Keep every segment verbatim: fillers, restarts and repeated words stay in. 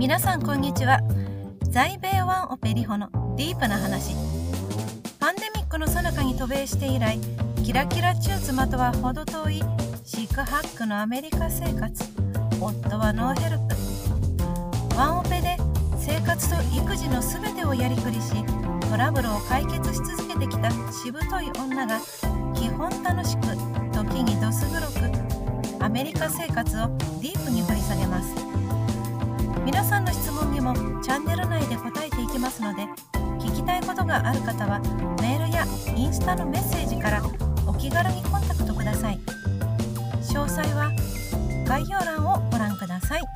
皆さんこんにちは。在米ワンオペリホのディープな話。パンデミックの最中に渡米して以来、キラキラ中妻とは程遠いシークハックのアメリカ生活。夫はノーヘルプ。ワンオペで生活と育児のすべてをやりくりし、トラブルを解決し続けてきたしぶとい女が基本楽しく、時にどす黒くアメリカ生活をディープに掘り下げます。皆さんの質問にもチャンネル内で答えていきますので、聞きたいことがある方はメールやインスタのメッセージからお気軽にコンタクトください。詳細は概要欄をご覧ください。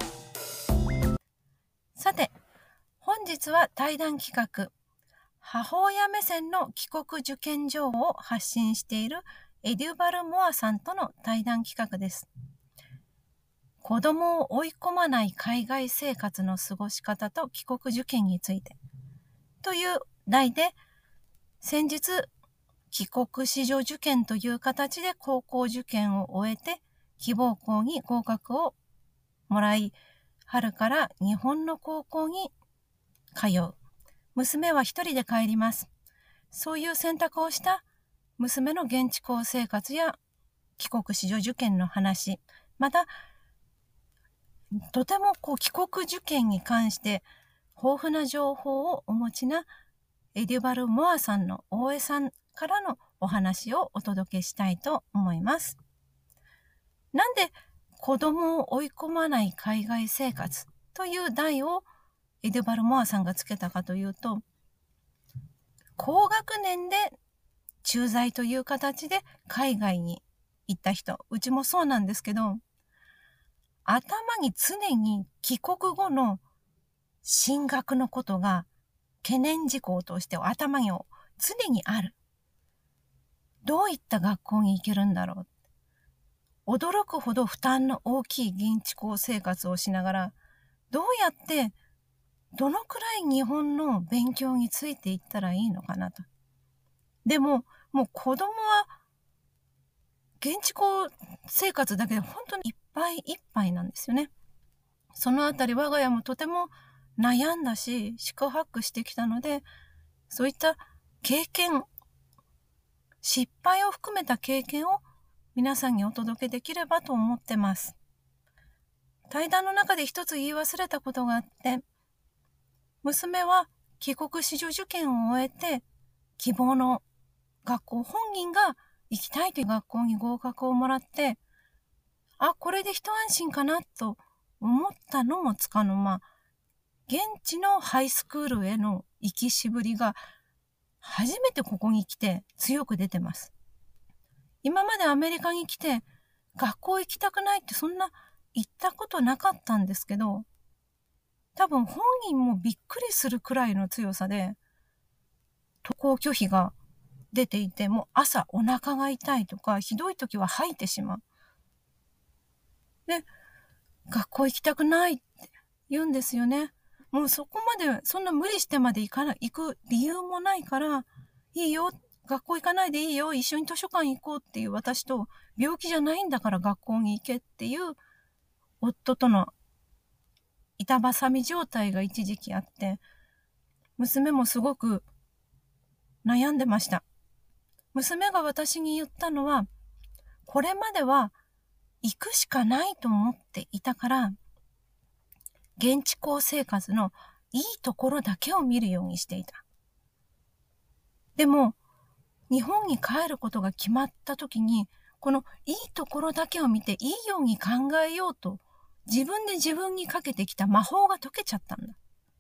さて、本日は対談企画、母親目線の帰国受験情報を発信しているエデュバル・モアさんとの対談企画です。子供を追い込まない海外生活の過ごし方と帰国受験についてという題で、先日帰国子女受験という形で高校受験を終えて希望校に合格をもらい、春から日本の高校に通う。娘は一人で帰ります。そういう選択をした娘の現地校生活や帰国子女受験の話、またとてもこう帰国受験に関して豊富な情報をお持ちなエデュバル・モアさんの大江さんからのお話をお届けしたいと思います。なんで子供を追い込まない海外生活という題をエデュバル・モアさんがつけたかというと、高学年で駐在という形で海外に行った人、うちもそうなんですけど、頭に常に帰国後の進学のことが懸念事項として頭に常にある。どういった学校に行けるんだろう。驚くほど負担の大きい現地校生活をしながら、どうやってどのくらい日本の勉強についていったらいいのかなと。でも、もう子供は現地校生活だけで本当にいっぱいいっぱいなんですよね。そのあたり我が家もとても悩んだし、四苦八苦してきたので、そういった経験、失敗を含めた経験を皆さんにお届けできればと思ってます。対談の中で一つ言い忘れたことがあって、娘は帰国子女受験を終えて、希望の学校、本人が行きたいという学校に合格をもらって、あ、これで一安心かなと思ったのもつかの間、現地のハイスクールへの行きしぶりが初めてここに来て強く出てます。今までアメリカに来て学校行きたくないってそんな言ったことなかったんですけど、多分本人もびっくりするくらいの強さで渡航拒否が出ていて、もう朝お腹が痛いとか、ひどい時は吐いてしまう。で、学校行きたくないって言うんですよね。もうそこまで、そんな無理してまで行かない、行く理由もないから、いいよ、学校行かないでいいよ、一緒に図書館行こうっていう私と、病気じゃないんだから学校に行けっていう夫との板挟み状態が一時期あって、娘もすごく悩んでました。娘が私に言ったのは、これまでは行くしかないと思っていたから、現地校生活のいいところだけを見るようにしていた。でも、日本に帰ることが決まった時に、このいいところだけを見ていいように考えようと、自分で自分にかけてきた魔法が解けちゃったんだ。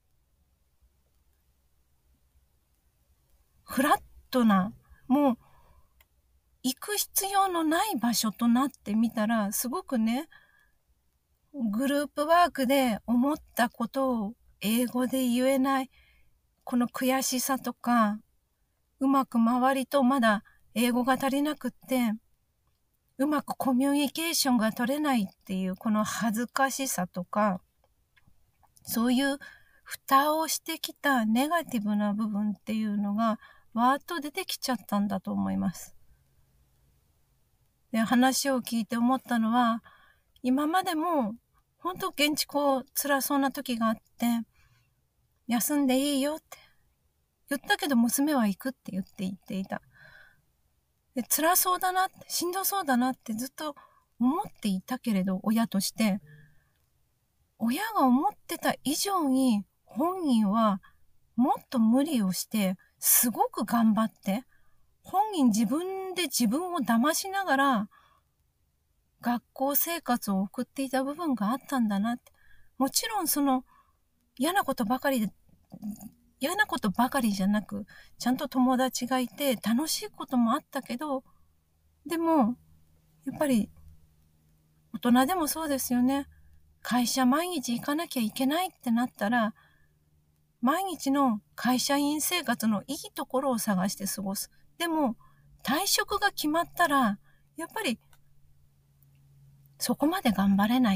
フラットな、もう、行く必要のない場所となってみたら、すごくね、グループワークで思ったことを英語で言えない、この悔しさとか、うまく周りとまだ英語が足りなくって、うまくコミュニケーションが取れないっていうこの恥ずかしさとか、そういう蓋をしてきたネガティブな部分っていうのがわーっと出てきちゃったんだと思います。で、話を聞いて思ったのは、今までも本当現地校辛そうな時があっ 、休んでいいよって言ったけど娘は行くって言って言っていた。で、辛そうだなって、しんどそうだなってずっと思っていたけれど、親として、親が思ってた以上に本人はもっと無理をして、すごく頑張って、本人自分で自分を騙しながら、学校生活を送っていた部分があったんだなって。もちろんその嫌なことばかりで、嫌なことばかりじゃなく、ちゃんと友達がいて楽しいこともあったけど、でも、やっぱり大人でもそうですよね。会社毎日行かなきゃいけないってなったら、毎日の会社員生活のいいところを探して過ごす。でも、退職が決まったら、やっぱりそこまで頑張れない。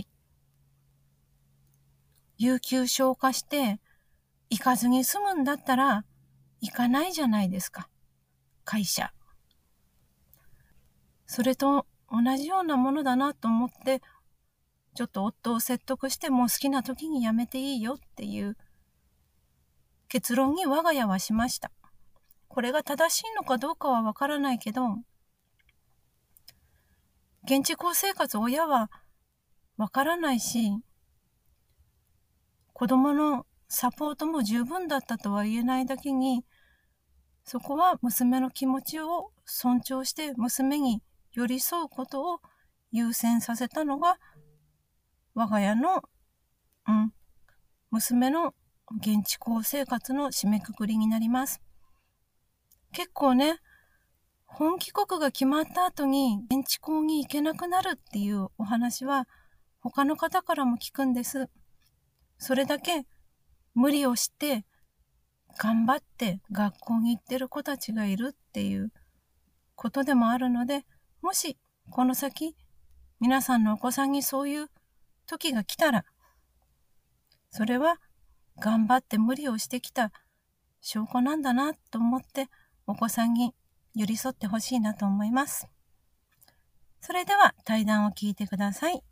有給消化して行かずに済むんだったら行かないじゃないですか。会社。それと同じようなものだなと思って、ちょっと夫を説得してもう好きな時に辞めていいよっていう結論に我が家はしました。これが正しいのかどうかはわからないけど、現地校生活親はわからないし、子供のサポートも十分だったとは言えないだけに、そこは娘の気持ちを尊重して娘に寄り添うことを優先させたのが我が家の、うん、娘の現地校生活の締めくくりになります。結構ね、本帰国が決まった後に現地校に行けなくなるっていうお話は他の方からも聞くんです。それだけ無理をして頑張って学校に行ってる子たちがいるっていうことでもあるので、もしこの先皆さんのお子さんにそういう時が来たら、それは頑張って無理をしてきた証拠なんだなと思ってお子さんに寄り添ってほしいなと思います。それでは対談を聞いてください。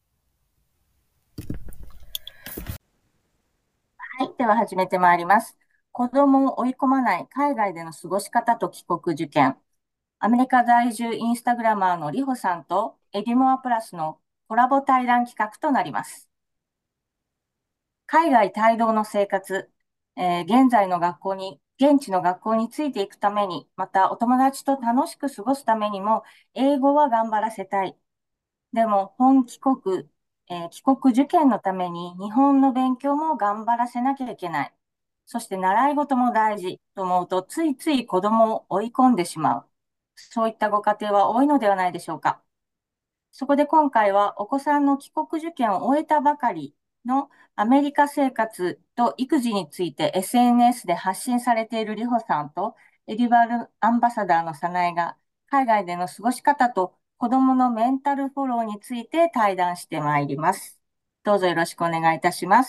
はい。では始めてまいります。子供を追い込まない海外での過ごし方と帰国受験。アメリカ在住インスタグラマーのリホさんとエディモアプラスのコラボ対談企画となります。海外帯同の生活、えー現在の学校に、現地の学校についていくために、またお友達と楽しく過ごすためにも、英語は頑張らせたい。でも、本帰国、えー帰国受験のために日本の勉強も頑張らせなきゃいけない。そして習い事も大事と思うと、ついつい子供を追い込んでしまう。そういったご家庭は多いのではないでしょうか。そこで今回はお子さんの帰国受験を終えたばかりのアメリカ生活と育児について エスエヌエス で発信されているリホさんとエディバルアンバサダーのサナエが海外での過ごし方と子供のメンタルフォローについて対談してまいります。どうぞよろしくお願いいたします。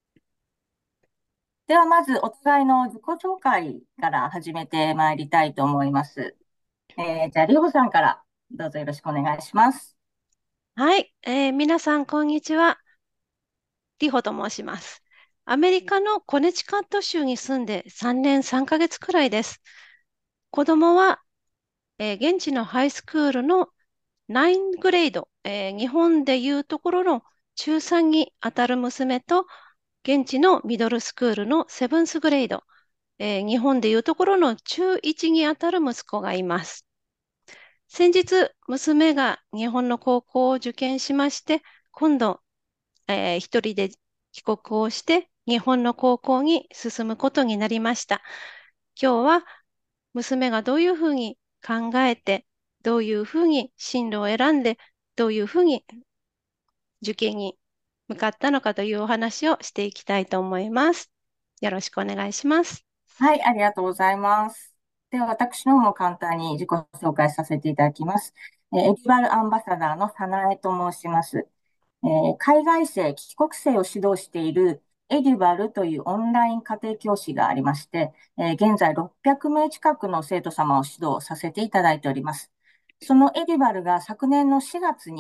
ではまずお互いの自己紹介から始めてまいりたいと思います。えーじゃあリホさんからどうぞよろしくお願いします。 はい、えー皆さん、こんにちは。リホと申します。アメリカのコネチカット州に住んでさんねんさんかげつくらいです。子供は、えー現地のハイスクールのナイングレード、えー日本でいうところの中さんにあたる娘と、現地のミドルスクールのセブンスグレード、えー日本でいうところの中いちにあたる息子がいます。先日、娘が日本の高校を受験しまして、今度、えー一人で帰国をして日本の高校に進むことになりました。今日は娘がどういうふうに考えて、どういうふうに進路を選んで、どういうふうに受験に向かったのかというお話をしていきたいと思います。よろしくお願いします。 はい、ありがとうございます。では、私の方も簡単に自己紹介させていただきます。えーエディバルアンバサダーのサナエと申します。えー海外生、帰国生を指導しているエディバルというオンライン家庭教師がありまして、えー現在ろっぴゃくめい近くの生徒様を指導させていただいております。そのエディバルが昨年のしがつに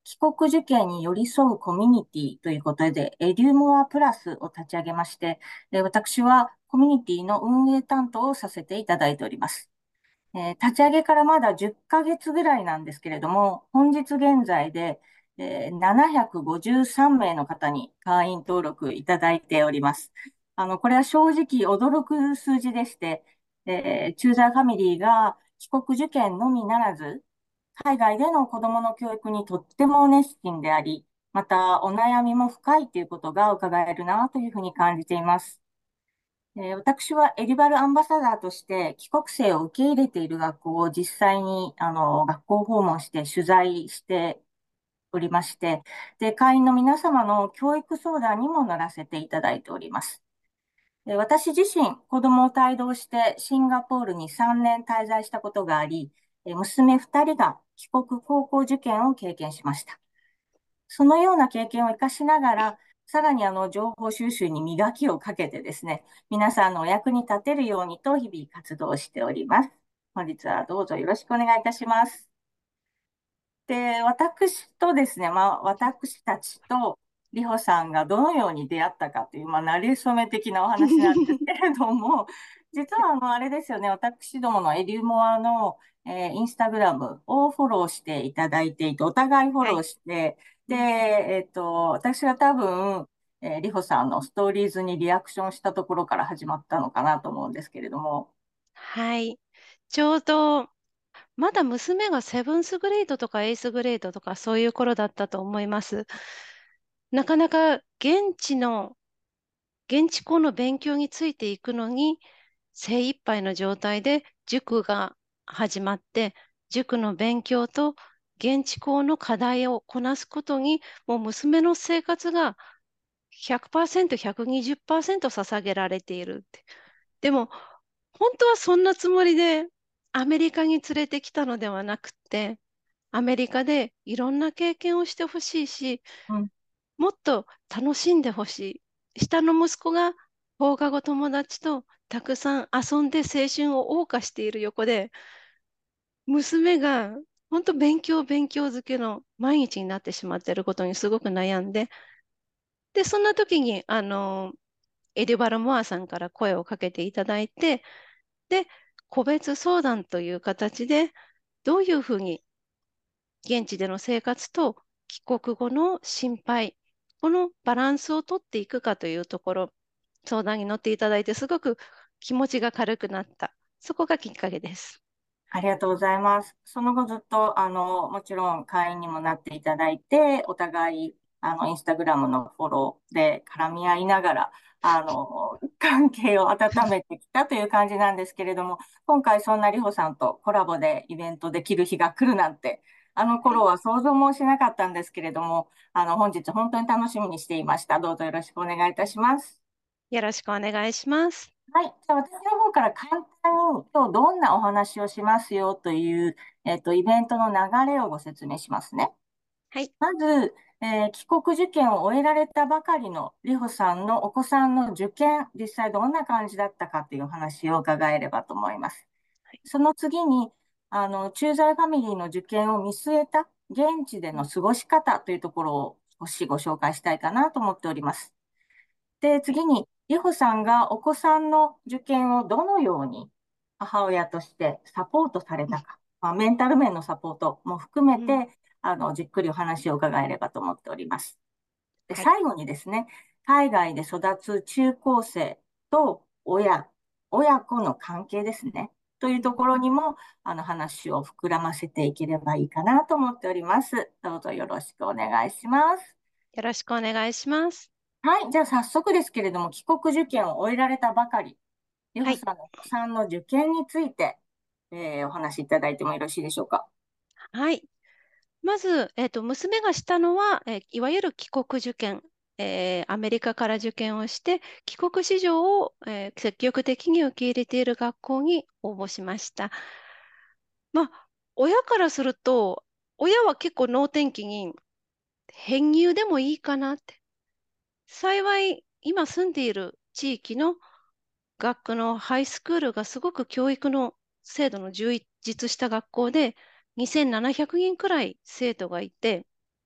帰国受験に寄り添うコミュニティということで、エデュモアプラスを立ち上げまして、で私はコミュニティの運営担当をさせていただいております。えー立ち上げからまだじゅっかげつぐらいなんですけれども、本日現在で、えーななひゃくごじゅうさんめいの方に会員登録いただいております。あの、これは正直驚く数字でして、えー、駐在ファミリーが帰国受験のみならず、海外での子どもの教育にとっても熱心であり、またお悩みも深いということが伺えるなというふうに感じています。えー私はエデュバルアンバサダーとして帰国生を受け入れている学校を実際にあの学校訪問して取材しておりまして、で、会員の皆様の教育相談にも乗らせていただいております。で私自身、子供を帯同してシンガポールにさんねん滞在したことがあり、え娘ふたりが帰国高校受験を経験しました。そのような経験を活かしながら、さらにあの情報収集に磨きをかけてですね、皆さんのお役に立てるようにと日々活動しております。本日はどうぞよろしくお願いいたします。で、私とですね、まあ、私たちと里穂さんがどのように出会ったかという、まあ、馴れ初め的なお話なんですけれども、実はあの、あれですよね、私どものエリューモアの、えーインスタグラムをフォローしていただいていて、お互いフォローはい。 して、で、 うん。 えっと、私が多分、えー、里穂さんのストーリーズにリアクションしたところから始まったのかなと思うんですけれども、 はい。ちょうど、まだ娘がセブンスグレードとかエイスグレードとかそういう頃だったと思います。なかなか現地の、現地校の勉強についていくのに精一杯の状態で塾が始まって、塾の勉強と現地校の課題をこなすことに、もう娘の生活がひゃくパーセント、ひゃくにじゅっパーセント捧げられているって。でも、本当はそんなつもりでアメリカに連れてきたのではなくて、アメリカでいろんな経験をしてほしいし、 うん、 もっと楽しんでほしい。下の息子が放課後友達とたくさん遊んで青春を謳歌している横で、娘が本当勉強勉強漬けの毎日になってしまっていることにすごく悩んで、で、そんな時に、あの、エデュバル・モアさんから声をかけていただいて、で、個別相談という形で、どういうふうに現地での生活と帰国後の心配、このバランスをとっていくかというところ、相談に乗っていただいて、すごく気持ちが軽くなった。そこがきっかけです。 ありがとうございます。その後ずっと、あの、もちろん会員にもなっていただいて、お互い、あの、インスタグラムのフォローで絡み合いながら、あの、関係を温めてきたという感じなんですけれども、今回そんな里穂さんとコラボでイベントできる日が来るなんて、あのはい。 頃は想像もしなかったんですけれども、あの、本日本当に楽しみにしていました。どうぞよろしくお願いいたします。 よろしくお願いします。 はい。じゃあ私の方から簡単に今日どんなお話をしますよという、えっと、イベントの流れをご説明しますね。 はい。 まず、えー帰国受験を終えられたばかりの里穂さんのお子さんの受験、実際どんな感じだったかというお話を伺えればと思います。 はい。 その次に、あの、駐在ファミリーの受験を見据えた現地での過ごし方というところを少しご紹介したいかなと思っております。で、 はい。 次に、りほさんがお子さんの受験をどのように母親としてサポートされたか、まあ、メンタル面のサポートも含めうん。 て、あの、じっくりお話を伺えればと思っております。で、 はい。 最後にですね、海外で育つ中高生と親、親子の関係ですね、といううん。 ところにも、あの、話を膨らませていければいいかなと思っております。どうぞよろしくお願いします。 よろしくお願いします。 はい。じゃあ早速ですけれども、帰国受験を終えられたばかり、りはい。 ほさんのお子さんの受験について、えーお話しいただいてもよろしいでしょうか。 はい。まず、えっと、娘がしたのは、えーいわゆる帰国受験。えーアメリカから受験をして、帰国子女を、えー積極的に受け入れている学校に応募しました。まあ、親からすると、親は結構能天気に編入でもいいかなって。幸い、今住んでいる地域の学区のハイスクールがすごく教育の制度の充実した学校で、にせんななひゃくにんくにんくらい生徒がいて、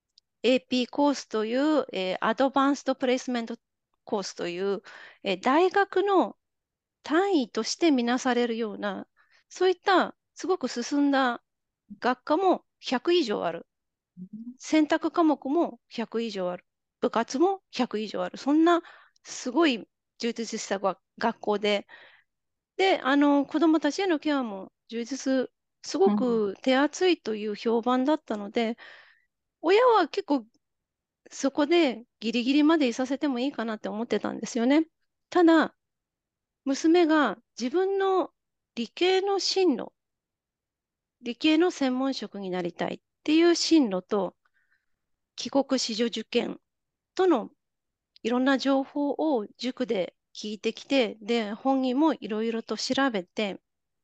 エーピー コースという、えー、アドバンストプレイスメントコースという、えー大学の単位としてみなされるような、そういったすごく進んだ学科もひゃく以上ある。選択科目もひゃく以上ある。部活もひゃく以上ある。そんなすごい充実したが学校で、で、あの、子供たちへのケアも充実、すごうん。 く手厚いという評判だったので、親は結構そこでギリギリまでいさせてもいいかなって思ってたんですよね。ただ、娘が自分の理系の進路、理系の専門職になりたいっていう進路と、帰国子女受験とのいろんな情報を塾で聞いてきて、で、本人もいろいろと調べて、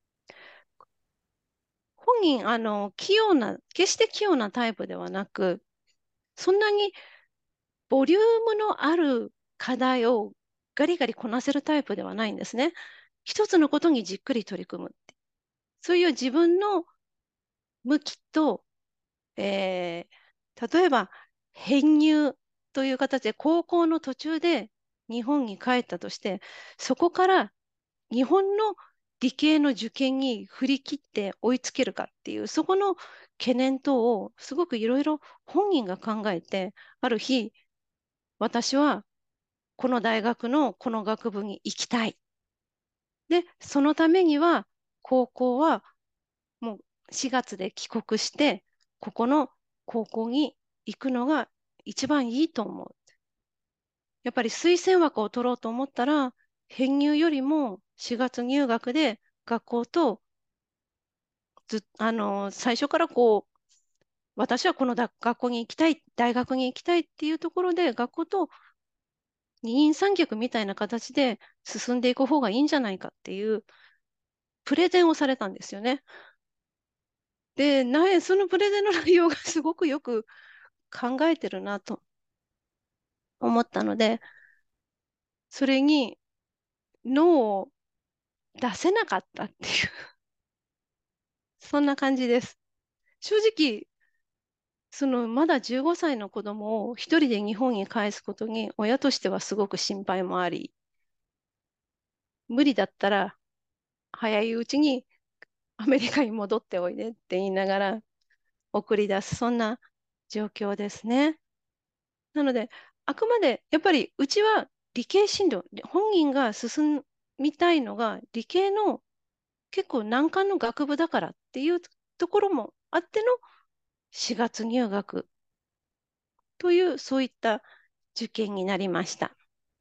本人、あの、器用な、決して器用なタイプではなく、そんなにボリュームのある課題をガリガリこなせるタイプではないんですね。一つのことにじっくり取り組むって。そういう自分の向きと、えー例えば編入という形で高校の途中で日本に帰ったとして、そこから日本の理系の受験に振り切って追いつけるかっていう、そこの懸念等をすごくいろいろ本人が考えて、ある日、私はこの大学のこの学部に行きたい。で、そのためには、高校はもうしがつで帰国して、ここの高校に行くのが一番いいと思う。やっぱり推薦枠を取ろうと思ったら、編入よりもしがつ入学で学校とず、あの、最初からこう、私はこのだ学校に行きたい、大学に行きたいっていうところで、学校と二人三脚みたいな形で進んでいく方がいいんじゃないかっていうプレゼンをされたんですよね。で、なそのプレゼンの内容がすごくよく考えてるなと思ったので、それに脳を出せなかったっていう、そんな感じです。正直、そのまだじゅうごさいの子供を一人で日本に帰すことに親としてはすごく心配もあり、無理だったら早いうちにアメリカに戻っておいでって言いながら送り出す、そんな状況ですね。なので、あくまでやっぱりうちは理系進路、本人が進みたいのが理系の結構難関の学部だからっていうところもあってのしがつ入学という、そういった受験になりました。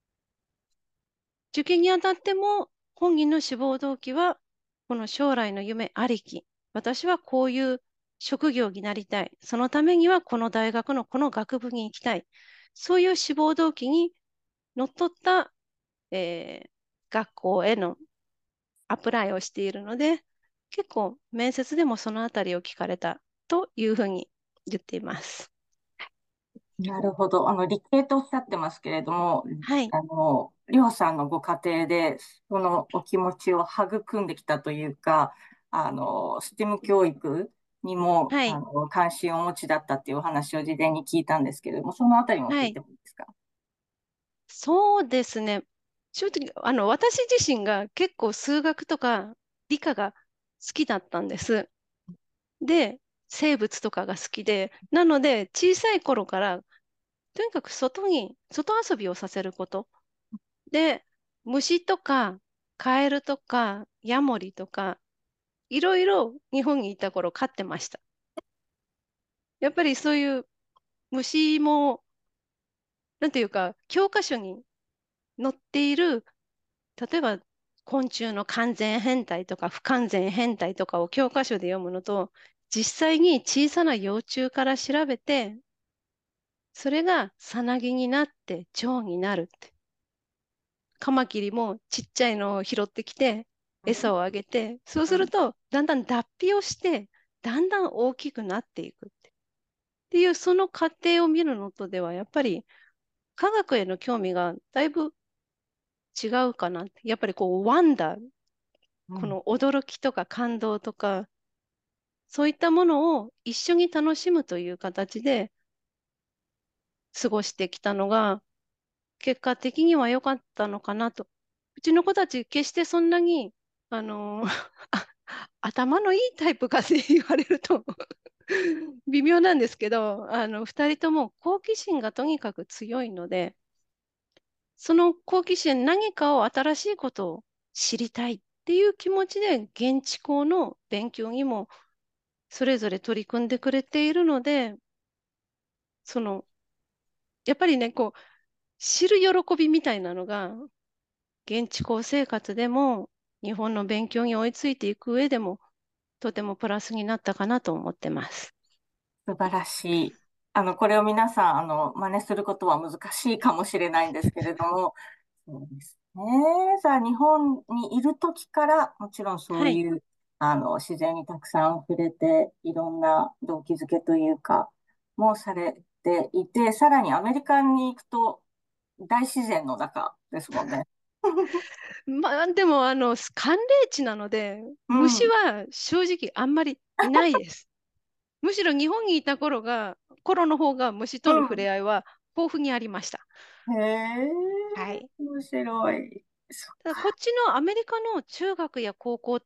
受験にあたっても本人の志望動機は、この将来の夢ありき。私はこういう職業になりたい。そのためにはこの大学のこの学部に行きたい。そういう志望動機にのっとった、えー学校へのアプライをしているので、結構面接でもそのあたりを聞かれたというふうに言っています。 なるほど。あの、理系とおっしゃってますけれども、 はい。 あの、りょうさんのご家庭で、そのお気持ちを育んできたというか、あの、ステム教育にも、 はい。 あの、関心をお持ちだったっていうお話を事前に聞いたんですけれども、そのあたりも聞いはい。 てもいいですか？ そうですね。正直、あの、私自身が結構数学とか理科が好きだったんです。で、生物とかが好きで、なので、小さい頃から、とにかく外に、外遊びをさせること。で、虫とか、カエルとか、ヤモリとか、いろいろ日本にいた頃飼ってました。やっぱりそういう虫も、なんていうか、教科書に載っている、例えば昆虫の完全変態とか不完全変態とかを教科書で読むのと、実際に小さな幼虫から調べて、それがさなぎになって蝶になるって。カマキリもちっちゃいのを拾ってきて、 うん。 餌をあげて、そううん。 すると、だんだん脱皮をして、だんだん大きくなっていくって。っていう、その過程を見るのとでは、やっぱり科学への興味がだいぶ違うかなって。やっぱりこう、ワンダー、 うん。 この驚きとか感動とか、そういったものを一緒に楽しむという形で、 過ごしてきたのが、結果的には良かったのかなと。うちの子たち、決してそんなに、あの、あ頭のいいタイプかって言われると微妙なんですけど、あの、二人とも好奇心がとにかく強いので、その好奇心、何かを新しいことを知りたいっていう気持ちで、現地校の勉強にもそれぞれ取り組んでくれているので、その、やっぱりね、こう、知る喜びみたいなのが、現地校生活でも、日本の勉強に追いついていく上でも、とてもプラスになったかなと思ってます。 素晴らしい。あの、これを皆さん、あの、真似することは難しいかもしれないんですけれども、そうですね。じゃあ、日本にいる時から、もちろんそはい。 ういう、あの、自然にたくさん触れて、いろんな動機づけというか、もされていて、さらにアメリカに行くと、大自然の中ですもんね。 まあ、でも、あの、寒冷地なので、 うん。 虫は正直あんまりいないです。むしろ日本にいた頃が、頃の方が虫との触うん。 れ合いは豊富にありました。 へえ、 はい。 面白い。そっただこっか。 ちのアメリカの中学や高校って、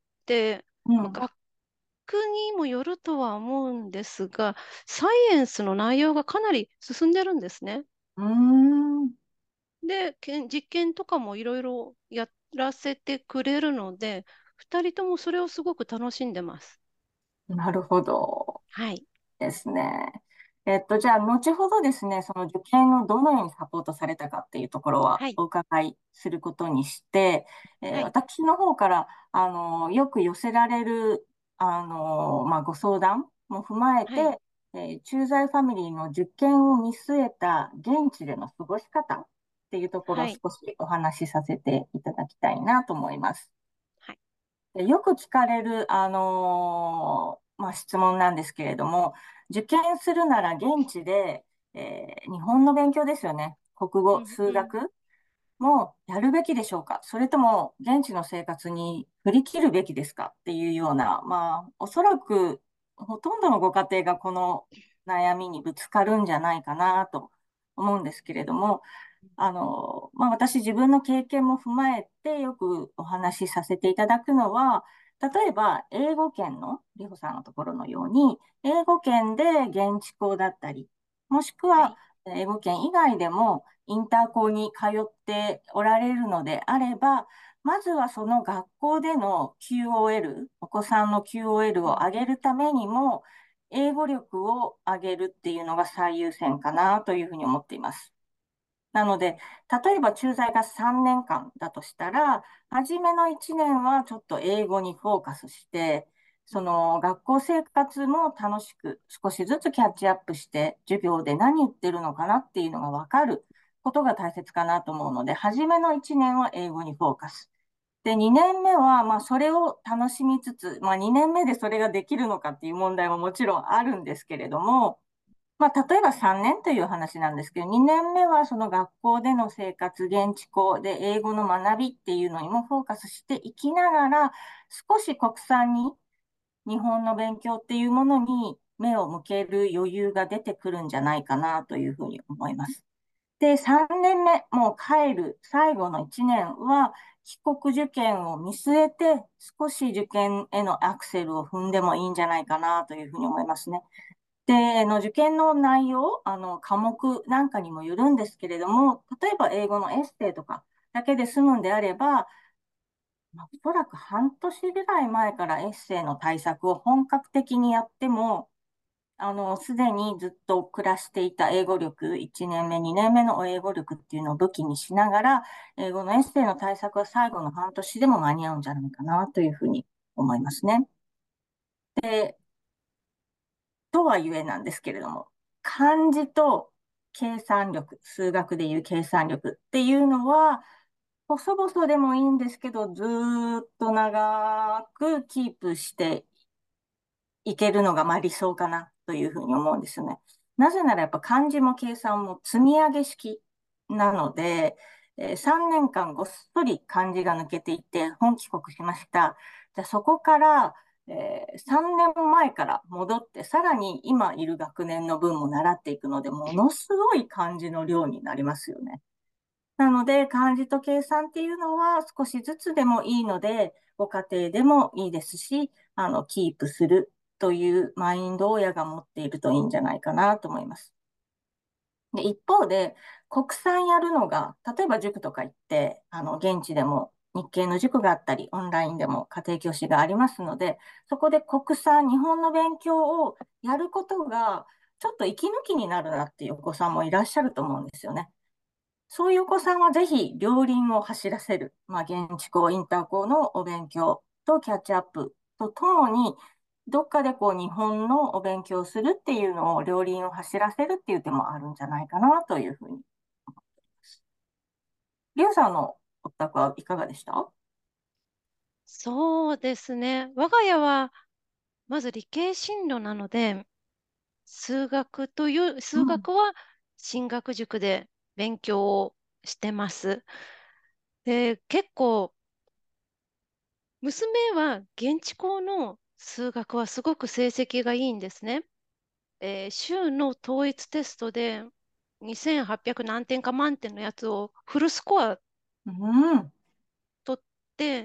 まあ、 うん。 学区にもよるとは思うんですが、サイエンスの内容がかなり進んでるんですね。 うーん。 で、けん実験とかもいろいろやらせてくれるので、二人ともそれをすごく楽しんでます。 なるほど。 はい。 ですね。えっと、じゃあ、後ほどですね、その受験をどのようにサポートされたかっていうところははい。 お伺いすることにして、えーはい。 私の方から、あの、よく寄せられる、あの、まあ、ご相談も踏まえはい。 て、えー駐在ファミリーの受験を見据えた現地での過ごし方っていうところをはい。 少しお話しさせていただきたいなと思います。 はい。 でよく聞かれる、あのーまあ、質問なんですけれども、受験するなら現地で、えー日本の勉強ですよね。国語、 うん。うん。 数学もやるべきでしょうか、それとも現地の生活に振り切るべきですかっていうような、まあ、おそらくほとんどのご家庭がこの悩みにぶつかるんじゃないかなと思うんですけれども、あの、まあ、私自分の経験も踏まえてよくお話しさせていただくのは、例えば英語圏のリホさんのところのように、英語圏で現地校だったり、もしくははい。 英語圏以外でもインター校に通っておられるのであれば、まずはその学校での キューオーエル、お子さんの キューオーエル をうん。 上げるためにも、英語力を上げるっていうのが最優先かなというふうに思っています。なので、例えば駐在がさんねんかんだとしたら、初めのいちねんはちょっと英語にフォーカスして、そうん。 の学校生活も楽しく少しずつキャッチアップして、授業で何言ってるのかなっていうのがわかることが大切かなと思うので、初めのいちねんは英語にフォーカス。で、にねんめは、まあ、それを楽しみつつ、まあ、にねんめでそれができるのかっていう問題ももちろんあるんですけれども、まあ、例えばさんねんという話なんですけど、にねんめはその学校での生活、現地校で英語の学びっていうのにもフォーカスしていきながら、少し国産に日本の勉強っていうものに目を向ける余裕が出てくるんじゃないかなというふうに思います。で、さんねんめ、もう帰る最後のいちねんは、帰国受験を見据えて、少し受験へのアクセルを踏んでもいいんじゃないかなというふうに思いますね。で、あの受験の内容、あの科目なんかにもよるんですけれども、例えば英語のエッセイとかだけで済むんであれば、まあ、おそらく半年ぐらい前からエッセイの対策を本格的にやっても、あの、すでにずっと暮らしていた英語力、いちねんめ、にねんめの英語力っていうのを武器にしながら、英語のエッセイの対策は最後の半年でも間に合うんじゃないかなというふうに思いますね。で、とはゆえなんですけれども、漢字と計算力、数学でいう計算力っていうのは、細々でもいいんですけど、ずーっと長くキープしていけるのがまあ理想かなというふうに思うんですよね。なぜならやっぱ漢字も計算も積み上げ式なので、えーさんねんかんごっそり漢字が抜けていって本帰国しました。じゃあそこからえーさんねんまえから戻って、さらに今いる学年の分も習っていくので、ものすごい漢字の量になりますよね。なので、漢字と計算っていうのは少しずつでもいいので、ご家庭でもいいですし、あの、キープするというマインドを親が持っているといいんじゃないかなと思います。で、一方で、国産やるのが、例えば塾とか行って、あの、現地でも日系の塾があったり、オンラインでも家庭教師がありますので、そこで国産、日本の勉強をやることが、ちょっと息抜きになるなっていうお子さんもいらっしゃると思うんですよね。そういうお子さんはぜひ両輪を走らせる。まあ、現地校、インター校のお勉強とキャッチアップとともに、どっかでこう日本のお勉強をするっていうのを両輪を走らせるっていう手もあるんじゃないかなというふうに。りょうさんのお宅はいかがでした？ そうですね。我が家は、まず理系進路なので、数学という、数うん。 学は進学塾で勉強をしてます。で、結構、娘は現地校の数学はすごく成績がいいんですね。えー州の統一テストでにせんはっぴゃく何点か満点のやつをフルスコアうん。 取って、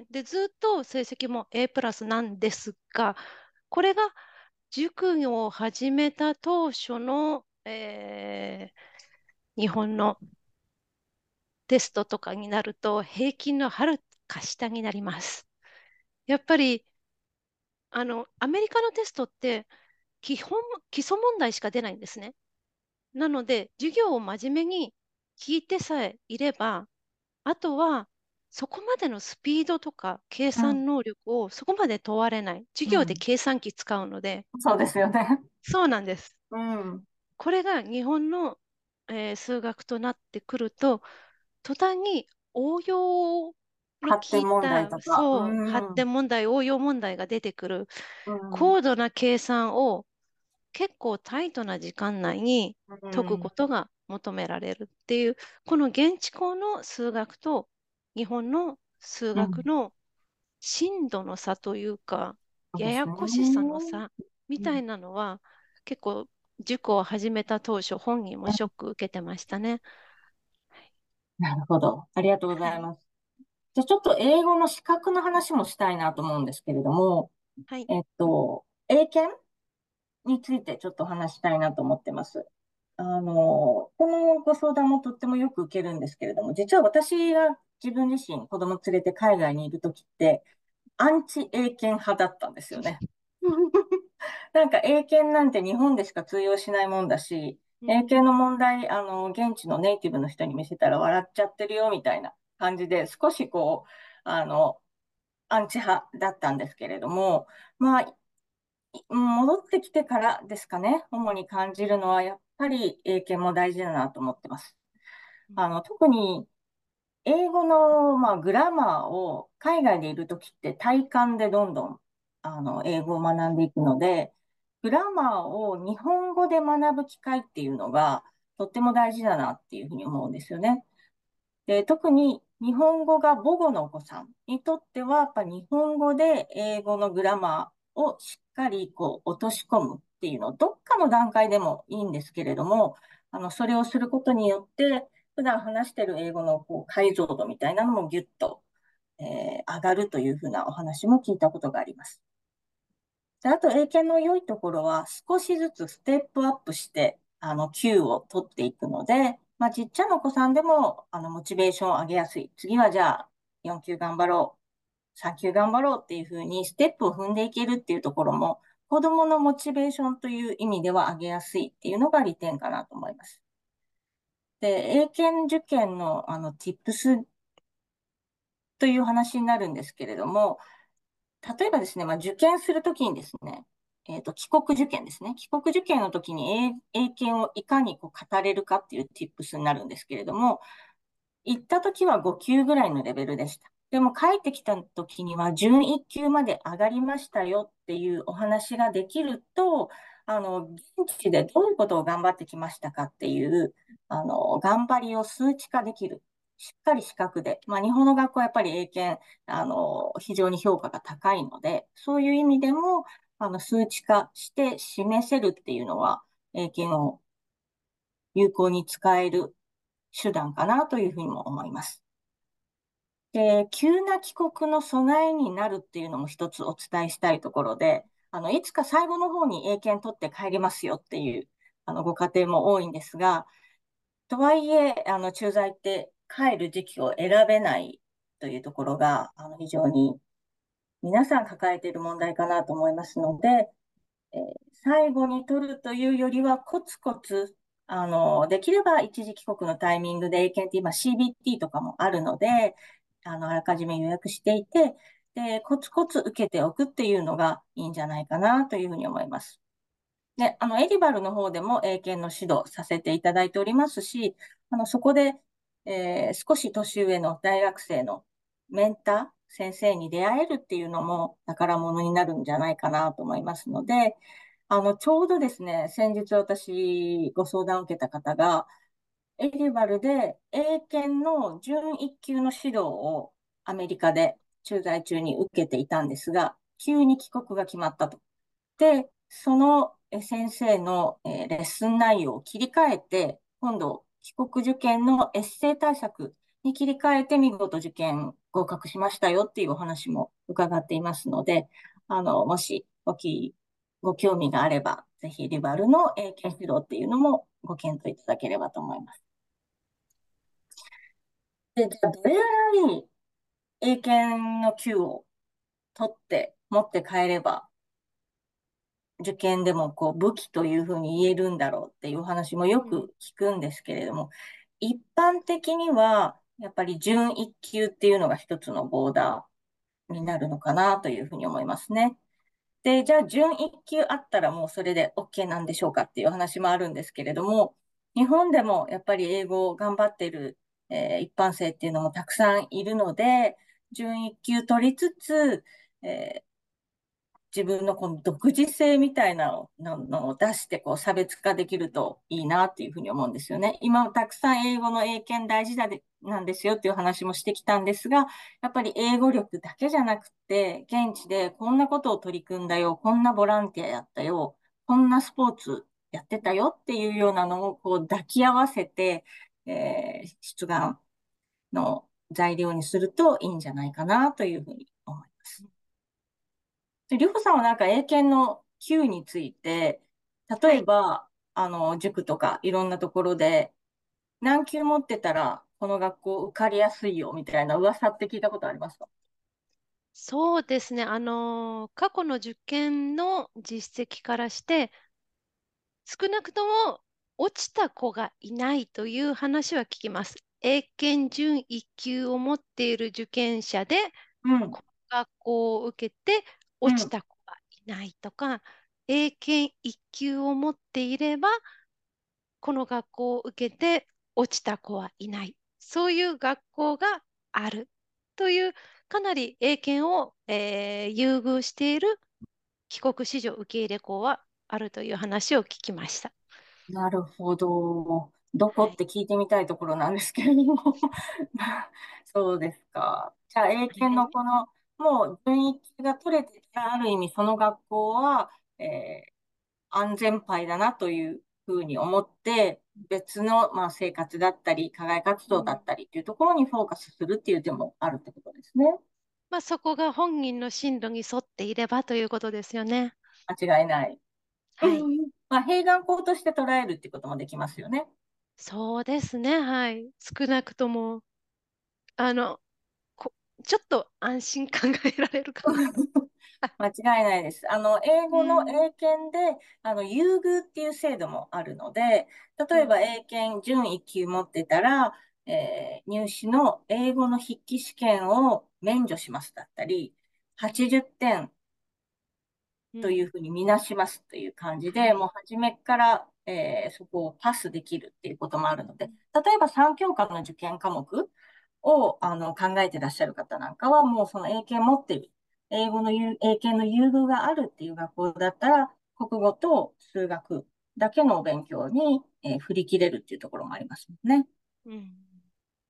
で、ずっと成績も A プラスなんですが、これが塾業を始めた当初の、えー日本のテストとかになると平均のはるか下になります。やっぱり、あの、アメリカのテストって基本、基礎問題しか出ないんですね。なので、授業を真面目に聞いてさえいれば、あとは、そこまでのスピードとか計うん。 算能力をそこまで問われない。授業でうん。 計算機使うので、 そうですよね。 そうなんです。 うん。 これが日本の、えー数学となってくると、途端に応用の効発展問題いた、 とか。うそう、発ん。 展問題、応用問題が出てくる、 うん。 高度な計算を結構タイトな時間内にう解くこん。 とが求められるっていう、この現地校の数学と日本の数うん。 学の深度の差というか、やそうですね。 やこしさの差みたいなのは、結構塾を始めた当初、本人もショック受けてましたね。 なるほど。ありがとうごはい。 ざいます。じゃあちょっと英語の資格の話もしたいなと思うんですけれども、 はい。 えっと、英検についてちょっとお話したいなと思ってます。あの、このご相談もとってもよく受けるんですけれども、実は私が自分自身子供連れて海外にいるときって、アンチ英検派だったんですよね。なんか英検なんて日本でしか通用しないもんだし、 うん。 英検の問題、あの、現地のネイティブの人に見せたら笑っちゃってるよみたいな感じで、少しこう、あの、アンチ派だったんですけれども、まあ、戻ってきてからですかね、主に感じるのは、やっぱり英検も大事だなと思ってます。 うん。 あの、特に英語の、まあ、グラマーを海外でいるときって体感でどんどんあの英語を学んでいくので、グラマーを日本語で学ぶ機会っていうのがとっても大事だなっていうふうに思うんですよね。で、特に日本語が母語のお子さんにとっては、やっぱ日本語で英語のグラマーをしっかりこう落とし込むっていうの、どっかの段階でもいいんですけれども、あの、それをすることによって、普段話している英語のこう解像度みたいなのもギュッと、えー上がるというふうなお話も聞いたことがあります。で、あと、英検の良いところは、少しずつステップアップして、あの、級を取っていくので、まあ、ちっちゃなお子さんでも、あの、モチベーションを上げやすい。次はじゃあ、よん級頑張ろう。さん級頑張ろうっていうふうに、ステップを踏んでいけるっていうところも、子供のモチベーションという意味では上げやすいっていうのが利点かなと思います。で、英検受験の、あの、tips という話になるんですけれども、例えばですね、まあ、受験するときにですね、えっと、帰国受験ですね。帰国受験のときに英、英検をいかにこう語れるかっていう tips になるんですけれども、行ったときはご級ぐらいのレベルでした。でも帰ってきたときには準いっ級まで上がりましたよっていうお話ができると、あの、現地でどういうことを頑張ってきましたかっていう、あの、頑張りを数値化できる。 しっかり資格で、まあ、日本の学校はやっぱり英検、あの、非常に評価が高いので、そういう意味でも、あの、数値化して示せるっていうのは、英検を有効に使える手段かなというふうにも思います。で、急な帰国の備えになるっていうのも一つお伝えしたいところで、あの、いつか最後の方に英検取って帰りますよっていう、あの、ご家庭も多いんですが、とはいえ、あの、駐在って帰る時期を選べないというところが、あの、非常に皆さん抱えている問題かなと思いますので、えー最後に取るというよりは、コツコツ、あの、できれば一時帰国のタイミングで英検って今 シービーティー とかもあるので、あの、あらかじめ予約していて、で、コツコツ受けておくっていうのがいいんじゃないかなというふうに思います。で、あの、エディバルの方でも英検の指導させていただいておりますし、あの、そこで、えー少し年上の大学生のメンター、先生に出会えるっていうのも宝物になるんじゃないかなと思いますので、あの、ちょうどですね、先日私ご相談を受けた方が、エディバルで英検の準一級の指導をアメリカで駐在中に受けていたんですが、急に帰国が決まったと。で、その先生のレッスン内容を切り替えて、今度、帰国受験のエッセイ対策に切り替えて見事受験合格しましたよっていうお話も伺っていますので、あの、もしごき、ご興味があれば、ぜひリバルの英検指導っていうのもご検討いただければと思います。で、じゃあ、どれぐらい英検の級を取って持って帰れば、受験でもこう武器というふうに言えるんだろうっていうお話もようん、 く聞くんですけれども、一般的にはやっぱり準一級っていうのが一つのボーダーになるのかなというふうに思いますね。で、じゃあ準一級あったらもうそれで OK なんでしょうかっていう話もあるんですけれども、日本でもやっぱり英語を頑張っている、えー一般生っていうのもたくさんいるので、準一級取りつつ、えー自分のこの独自性みたいなのを出してこう差別化できるといいなっていうふうに思うんですよね。今もたくさん英語の英検大事だでなんですよっていう話もしてきたんですが、やっぱり英語力だけじゃなくて、現地でこんなことを取り組んだよ、こんなボランティアやったよ、こんなスポーツやってたよっていうようなのをこう抱き合わせて、えー出願の材料にするといいんじゃないかなというふうに思います。で、りょうさんはなんか英検の Q について、例はい。 えば、あの、塾とかいろんなところで、何級持ってたら、この学校受かりやすいよ、みたいな噂って聞いたことありますか？ そうですね。あのー過去の受験の実績からして、少なくとも落ちた子がいないという話は聞きます。英検準一級を持っている受験者で、 うん、 この学校を受けて落ちうん。 た子がいないとか、英検一級を持っていれば、この学校を受けて落ちた子はいない。そういう学校があるという、かなり英検を、えー優遇している帰国子女受け入れ校はあるという話を聞きました。 なるほど。どこはい。 って聞いてみたいところなんですけれども。そうですか。じゃあ、英検のこの、もう、準一級が取れてたら、ある意味その学校は、えー安全牌だなというふうに思って、別の、まあ、生活だったり、課外活うん、 動だったりっていうところにフォーカスするっていう手もあるってことですね。 まあ、そこが本人の進路に沿っていればということですよね。 間違いない。 はい。 まあ、併願校として捉えるってこともできますよね。 そうですね。はい。少なくとも、あの、こ、ちょっと安心感が得られるかな。 間違いないです。あの、英語のうん、 英検で、あの、優遇っていう制度もあるので、例えばうん、 英検準一級持ってたら、えー入試の英語の筆記試験を免除しますだったり、はちじゅってんうん。 というふうにみなしますという感じで、もうはい。 初めから、えーそこをパスできるっていうこともあるので、例えばさん教科の受験科目をあの考えてらっしゃる方なんかは、もうその英検持っている、英語の優英検の優遇があるっていう学校だったら、国語と数学だけのお勉強に、えー振り切れるっていうところもありますね。 うん。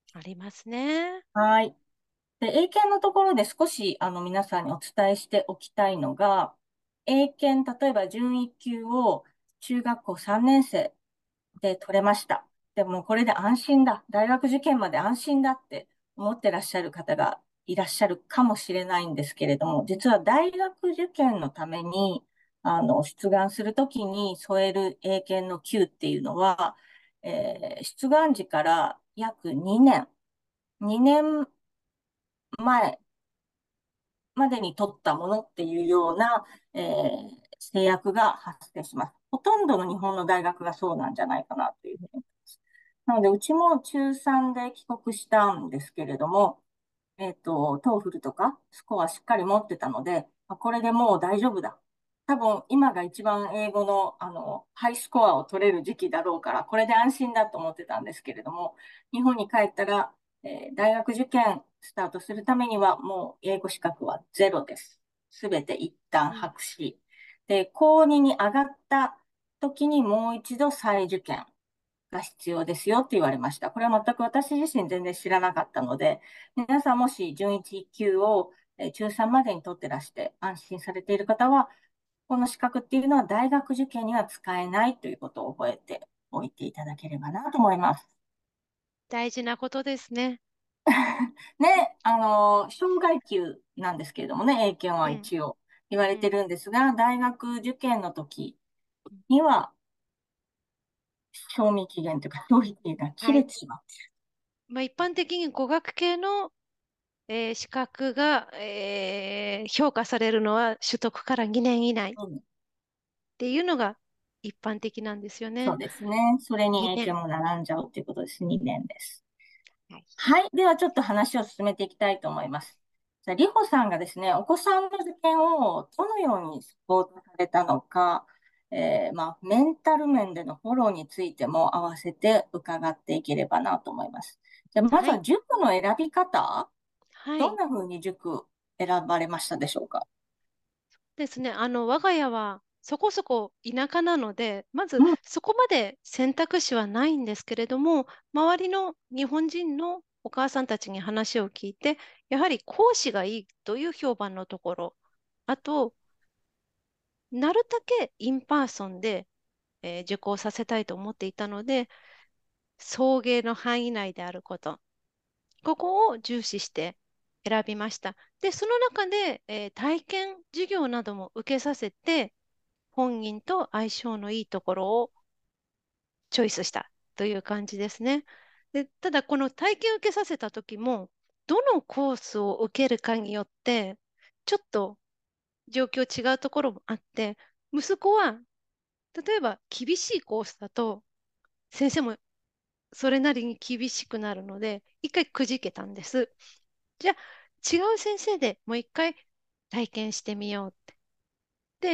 ありますね。 はい。で、英検のところで少し、あの、皆さんにお伝えしておきたいのが、英検、例えば準一級を中学校さんねん生で取れました。でもこれで安心だ。大学受験まで安心だって思ってらっしゃる方がいらっしゃるかもしれないんですけれども、実は大学受験のために、あの、出願するときに添える英検の級っていうのは、えー出願時から約にねん、にねんまえまでに取ったものっていうような、えー制約が発生します。ほとんどの日本の大学がそうなんじゃないかなというふうに思います。なので、うちも中さんで帰国したんですけれども、えっと、トーフルとかスコアしっかり持ってたので、あこれでもう大丈夫だ。多分今が一番英語の、あの、ハイスコアを取れる時期だろうから、これで安心だと思ってたんですけれども、日本に帰ったら、えー大学受験スタートするためにはもう英語資格はゼロです。すべて一旦うん、 白紙。で、高にに上がった時にもう一度再受験が必要ですよって言われました。これは全く私自身全然知らなかったので、皆さんもし準いち級をえー中さんまでに取ってらして安心されている方は、この資格っていうのは大学受験には使えないということを覚えておいていただければなと思います。 大事なことですね。 ね、あの、障害級なんですけれどもね、英検はうん、 一応言われてうん、 るんですが、大学受験の時うん。 には、賞味期限というか、消費期限が切はい。 れてしまう。 まあ、一般的に語学系の、えー資格が、えー評価されるのは取得からにねん以内っうん、 ていうのが一般的なんですよね。 そうですね。それに影にねん。 響も並んじゃうということです。にねんです。 はい。 はい。ではちょっと話を進めていきたいと思います。じゃあ、りほさんがですね、お子さんの受験をどのようにサポートされたのか、えー、まあ、メンタル面でのフォローについても合わせて伺っていければなと思います。じゃあ、まずははい。 塾の選び方、 はい。 どんな風に塾選ばれましたでしょうか？ ですね。あの、我が家はそこそこ田舎なので、まずうん、 そこまで選択肢はないんですけれども、周りの日本人のお母さんたちに話を聞いて、やはり講師がいいという評判のところ、あと、なるだけインパーソンで、えー受講させたいと思っていたので、送迎の範囲内であること、ここを重視して選びました。で、その中で、えー体験授業なども受けさせて、本人と相性のいいところをチョイスしたという感じですね。で、ただ、この体験を受けさせた時も、どのコースを受けるかによって、ちょっと状況違うところもあって、息子は、例えば厳しいコースだと、先生もそれなりに厳しくなるので、一回くじけたんです。じゃあ、違う先生でもう一回体験してみようって。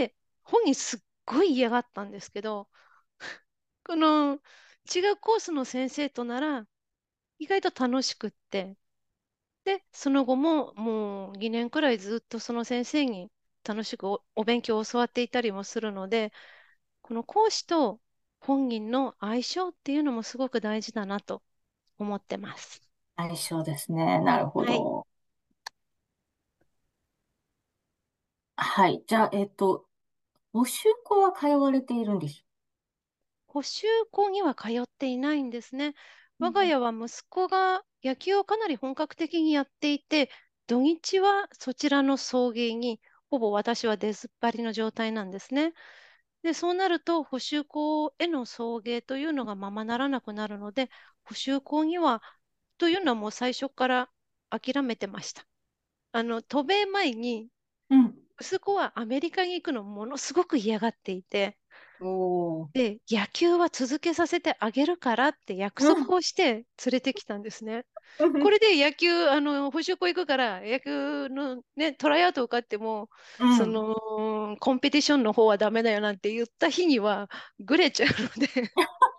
で、本人すっごい嫌がったんですけど、この違うコースの先生となら意外と楽しくって、で、その後ももうにねんくらいずっとその先生に楽しくお、お勉強を教わっていたりもするので、この講師と本人の相性っていうのもすごく大事だなと思ってます。 相性ですね。なるほはい。 ど。はい。じゃあ、えっと、補習校は通われているんでしょ補習校には通っていないんですね。 うか？ 我が家は息子が野球をかなり本格的にやっていて、土日はそちらの送迎にほぼ私は出ずっぱりの状態なんですね。で、そうなると補習校への送迎というのがままならなくなるので、補習校にはというのはもう最初から諦めてました。あの、渡米前にうん。 息子はアメリカに行くのをものすごく嫌がっていて、 おー。 で、野球は続けさせてあげるからって約うん。 束をして連れてきたんですね。 うん。 これで野球、あの、補習校行くから、野球のね、トライアウト受かっても、そうん。 の、コンペティションの方はダメだよなんて言った日には、ぐれちゃうので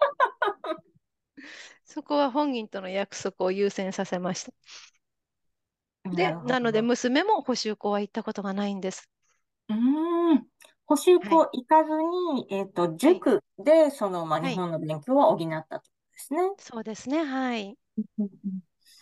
そこは本人との約束を優先させました。で、 なるほなのでど。 娘も補習校は行ったことがないんです。 うーん。補習校はい。 行かずに、えっと、 はい。 塾で、その、まあ、日はい。 本の勉強は補ったということですね。 そうですね。はい。 うんうん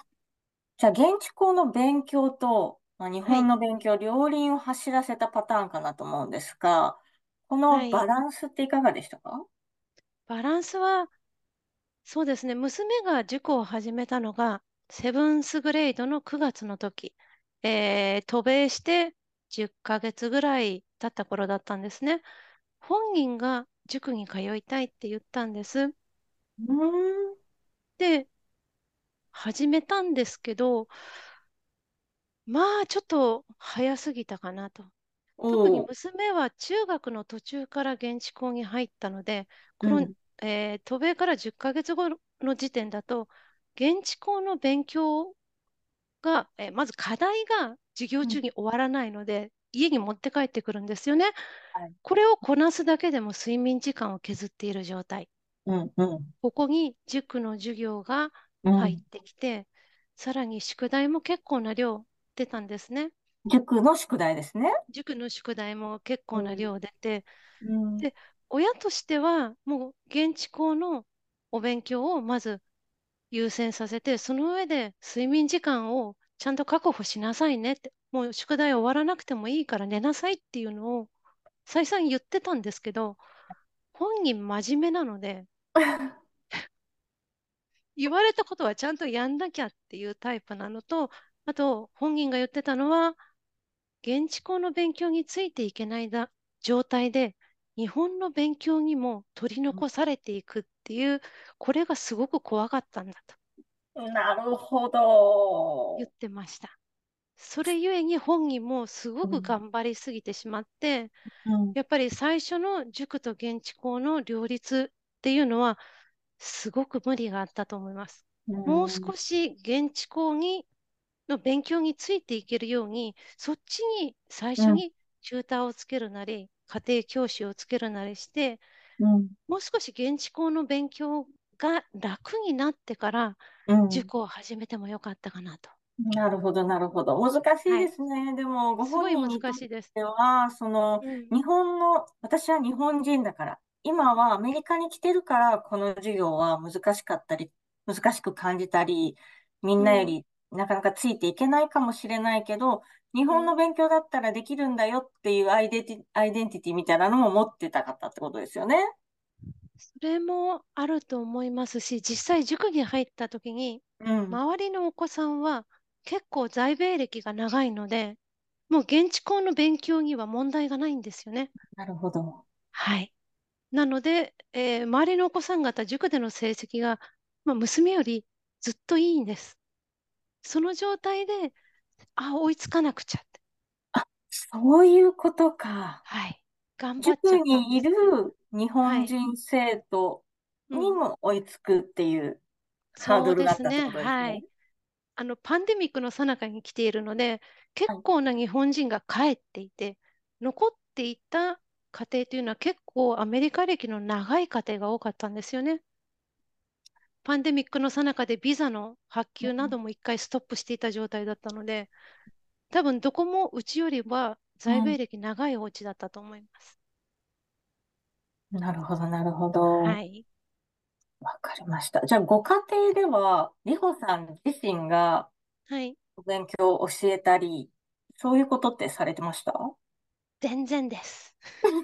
じゃあ、現地校の勉強と、まあ、日はい。 本の勉強、両輪を走らせたパターンかなと思うんですが、このバはい。 ランスっていかがでしたか？ バランスは、そうですね。娘が塾を始めたのが、セブンスグレードのくがつの時、えー渡米してじゅっかげつぐらい経った頃だったんですね。本人が塾に通いたいって言ったんです。 うーん。 で、始めたんですけど、まあ、ちょっと早すぎたかなと。特におー。 娘は中学の途中から現地校に入ったので、この、 うん。 えー渡米からじゅっかげつごの時点だと、現地校の勉強が、えーまず課題が授業うん。 中に終わらないので、家に持って帰ってくるんですよね。 はい。 これをこなすだけでも睡眠時間を削っている状態。 うん。うん。 ここに塾の授業がうん。 入ってきて、さらに宿題も結構な量出たんですね。 塾の宿題ですね。 塾の宿題も結構なうん。 量出て、 うん。 で、親としてはもう現地校のお勉強をまず優先させて、その上で睡眠時間をちゃんと確保しなさいねって、もう宿題終わらなくてもいいから寝なさいっていうのを再三言ってたんですけど、本人真面目なので、言われたことはちゃんとやんなきゃっていうタイプなのと、あと本人が言ってたのは、現地校の勉強についていけないだ状態で、日本の勉強にも取り残されていくっていう、これがすごく怖かったんだとなるほど。 言ってました。それゆえに本人もすごくうん。 頑張りすぎてしまって、 うん。 やっぱり最初の塾と現地校の両立っていうのは、すごく無理があったと思います。 うもうん。 少し現地校にの勉強についていけるように、そっちに最うん。 初にチューターをつけるなり、家庭教師をつけるなりして、 うん。 もう少し現地校の勉強が楽になってからうん。 塾を始めてもよかったかなと。 なるほど、なるほど。難しいはい。 ですね。でも、ご本すごい人にとっ難しいです。 ては、その、 うん。 日本の、私は日本人だから、今はアメリカに来てるから、この授業は難しかったり、難しく感じたり、みんうん。 なよりなかなかついていけないかもしれないけど、日うん。 本の勉強だったらできるんだよっていうアイデンティ、アイデンティティみたいなのも持ってたかったってことですよね。 それもあると思いますし、実際塾に入った時に、 うん。 周りのお子さんは結構在米歴が長いので、もう現地校の勉強には問題がないんですよね。 なるほど。 はい。なので、えー周りのお子さん方、塾での成績が、まあ、娘よりずっといいんです。その状態で、あ、追いつかなくちゃって。 あ、そういうことか。 はい。頑張っちゃ塾ったんにいるですね。 日はい。 本人生徒にうん。 も追いつくっていうハーそうドルがあったってですね。 ことですね。 はい。あの、パンデミックの最中に来ているので、結はい。 構な日本人が帰っていて、残っていた家庭というのは結構アメリカ歴の長い家庭が多かったんですよね。パンデミックの最中でビザの発給なども一回ストップしていた状態だったので、多分どこもうちよりは在うん。 米歴長いお家だったと思います。 なるほど、なるほど。 はい。 わかりました。じゃあ、ご家庭では、りほさん自身がはい。 お勉強を教えたり、そういうことってされてました？ 全然です。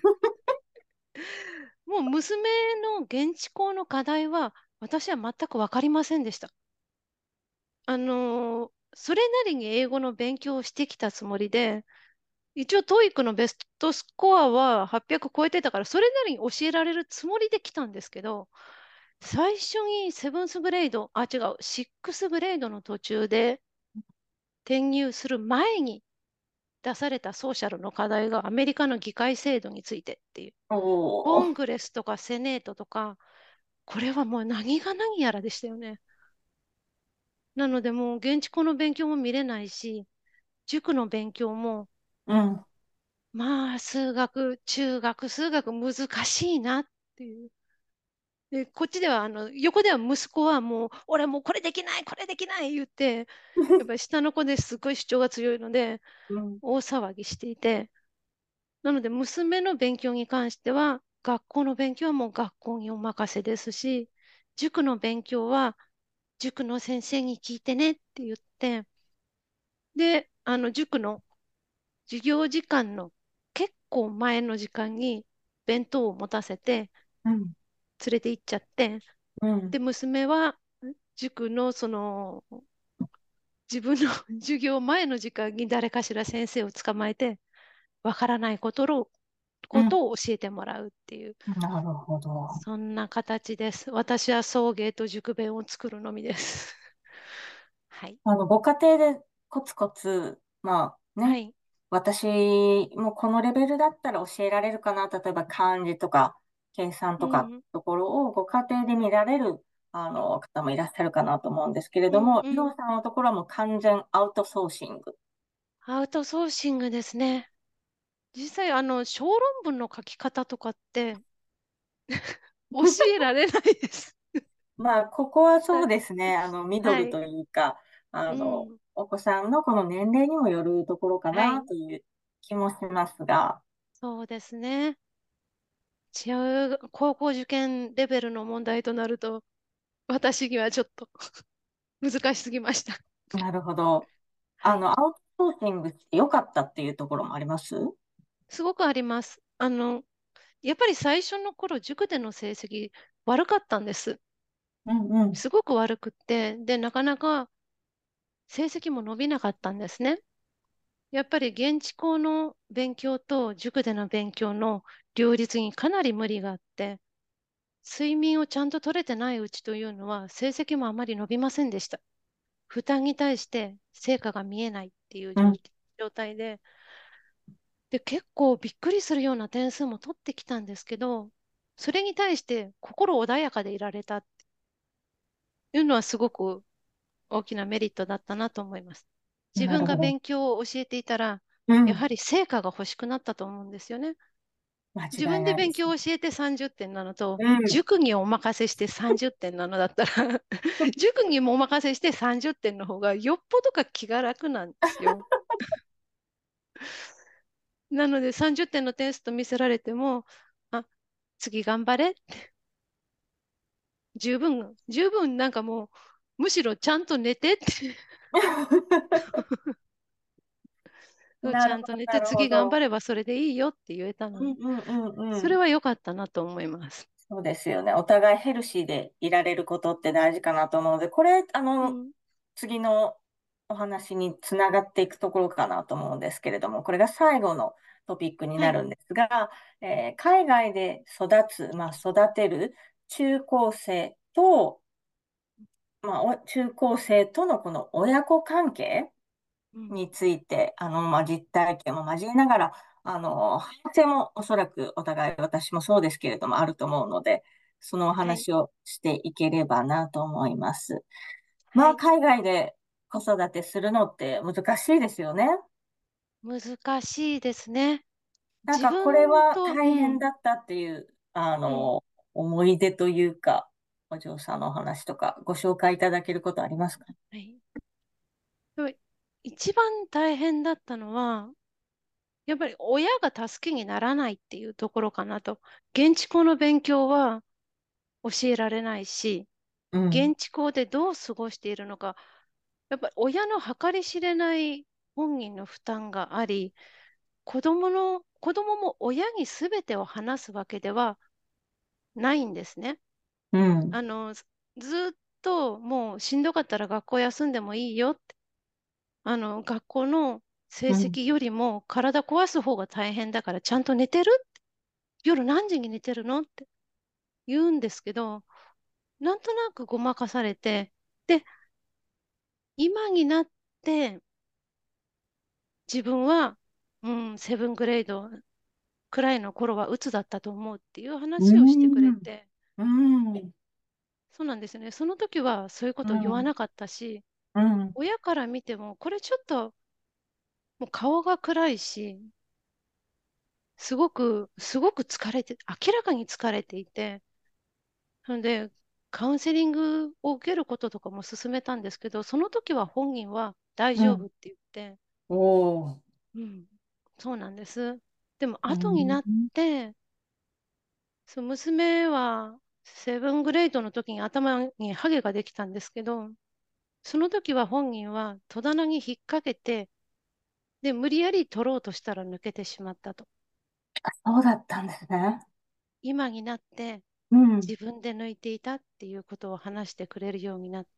もう娘の現地校の課題は私は全く分かりませんでした。あのーそれなりに英語の勉強をしてきたつもりで、一応 トーイック のベストスコアははっぴゃく超えてたから、それなりに教えられるつもりで来たんですけど、最初にセブンスグレード、あ、違う、シックスグレードの途中で転入する前に出されたソーシャルの課題がアメリカの議会制度についてっていう、コおー。 ングレスとかセネートとか、これはもう何が何やらでしたよね。なのでもう現地校の勉強も見れないし、塾の勉強も、 うん。 まあ数学、中学、数学難しいなっていう。で、こっちでは、あの、横では息子はもう、俺もうこれできない、これできない言って、やっぱり下の子ですごい主張が強いので、 うん。 大騒ぎしていて、なので娘の勉強に関しては、学校の勉強はもう学校にお任せですし、塾の勉強は塾の先生に聞いてねって言って、 で、あの、塾の授業時間の結構前の時間に弁当を持たせてうん、 連れて行っちゃって、 うん、 で、娘は塾のその自分の授業前の時間に誰かしら先生を捕まえて、わからないことを、 うん。 ことを教えてもらうっていう、 なるほど。 そんな形です。私は送迎と塾弁を作るのみです。はい。 あの、ご家庭でコツコツ、まあね、 はい。 私もこのレベルだったら教えられるかな。例えば漢字とか計算とかうん。 ところをご家庭で見られるあの方もいらっしゃるかなと思うんですけれうん。 ども、りょううん。 さんのところはもう完全アウトソーシング。 アウトソーシングですね。実際、あの、小論文の書き方とかって教えられないです。 まあ、ここはそうはい。 ですね。あの、ミドはい。 ルというか、あの、 うん。 お子さんのこの年齢にもよるところかはい。 なという気もしますが、 そうですね。違う高校受験レベルの問題となると、私にはちょっと難しすぎました。 なるほど。 はい。 あの、アウトソーシングして良かったっていうところもあります？ すごくあります。あの、やっぱり最初の頃、塾での成績悪かったんです。 うんうん。 すごく悪くって、で、なかなか成績も伸びなかったんですね。やっぱり現地校の勉強と塾での勉強の両立にかなり無理があって、睡眠をちゃんと取れてないうちというのは成績もあまり伸びませんでした。負担に対して成果が見えないっていう状うん。 状態で、で、結構びっくりするような点数も取ってきたんですけど、それに対して心穏やかでいられたっていうのはすごく大きなメリットだったなと思います。自分がなるほど。 勉強を教えていたら、 うん。 やはり成果が欲しくなったと思うんですよね。 間自分で勉違いないです。 強を教えてさんじゅってんなのと、 うん。 塾にお任せしてさんじゅってんなのだったら塾にもお任せしてさんじゅってんの方がよっぽどが気が楽なんですよ。なのでさんじゅってんのテスト見せられても、あ、次頑張れ。十分、十分なんかもう、むしろちゃんと寝てってそうちなるほど、 ゃんと寝てなるほど。 次頑張ればそれでいいよって言えたので、 うんうんうんうん。 それは良かったなと思います。 そうですよね。お互いヘルシーでいられることって大事かなと思うので、これ、あの、 うん。 次のお話につながっていくところかなと思うんですけれども、これが最後のトピックにはい。 なるんですが、えー海外で育つ、まあ、育てる中高生と、まあ、お中高生とのこの親子関係うん。 について、あの、まあ、実体験も交えながら、あの、反省もおそらくお互い私もそうですけれどもあると思うので、そのおはい。 話をしていければなと思います。まあ、 はい。 海外で子育てするのって難しいですよね。 難しいですね。自なんかこれは分と、 大変うん。 だったっていう、あうん。 の、思い出というか、お嬢さんのお話とかご紹介いただけることありますか？ はい。でも一番大変だったのは、やっぱり親が助けにならないっていうところかなと。現地校の勉強は教えられないし、 うん、 現地校でどう過ごしているのか、やっぱり親の計り知れない本人の負担があり、子供の、子供も親に全てを話すわけではないんですね。 うん、 あの、ずずっともうしんどかったら学校休んでもいいよって、あの、学校の成うん、 績よりも体壊す方が大変だからちゃんと寝てる？夜何時に寝てるのって言うんですけど、なんとなくごまかされて、で、今になって自分は、うん、セブングレードくらいの頃は鬱だったと思うっていうう話をしてくれん、 て、 うん、 そうなんですよね。その時はそういうことを言わなかったし、 うん、 親から見ても、これちょっともう顔が暗いし、すごく、すごく疲れて、明らかに疲れていて、なので、カウンセリングを受けることとかも勧めたんですけど、その時は本人は大うん。 丈夫って言って、 おー。 うん、そうなんです。でも、 うん、 後になって、そう娘はセブングレードの時に頭にハゲができたんですけど、 その時は本人は戸棚に引っ掛けて、で、無理やり取ろうとしたら抜けてしまったと。 そうだったんですね。 今になってうん。 自分で抜いていたっていうことを話してくれるようになって、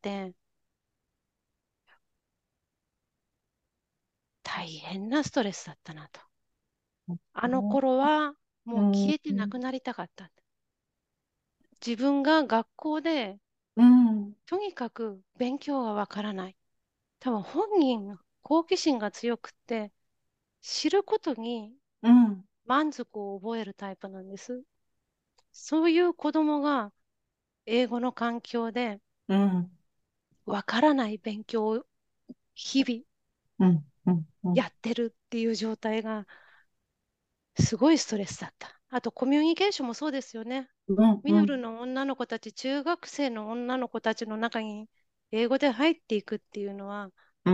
大変なストレスだったなと。あの頃はもううん。 消えてなくなりたかった。自分が学校でうん。 とにかく勉強がわからない。多分本人、好奇心が強くって、知ることにうん。 満足を覚えるタイプなんです。そういう子供が英語の環境でうん。 わからない勉強を日々 うん。うん。うん。 やってるっていう状態がすごいストレスだった。あとコミュニケーションもそうですよね。 うん。 ミドルの女の子たち、中学生の女の子たちの中に英語で入っていくっていうのは、 うん。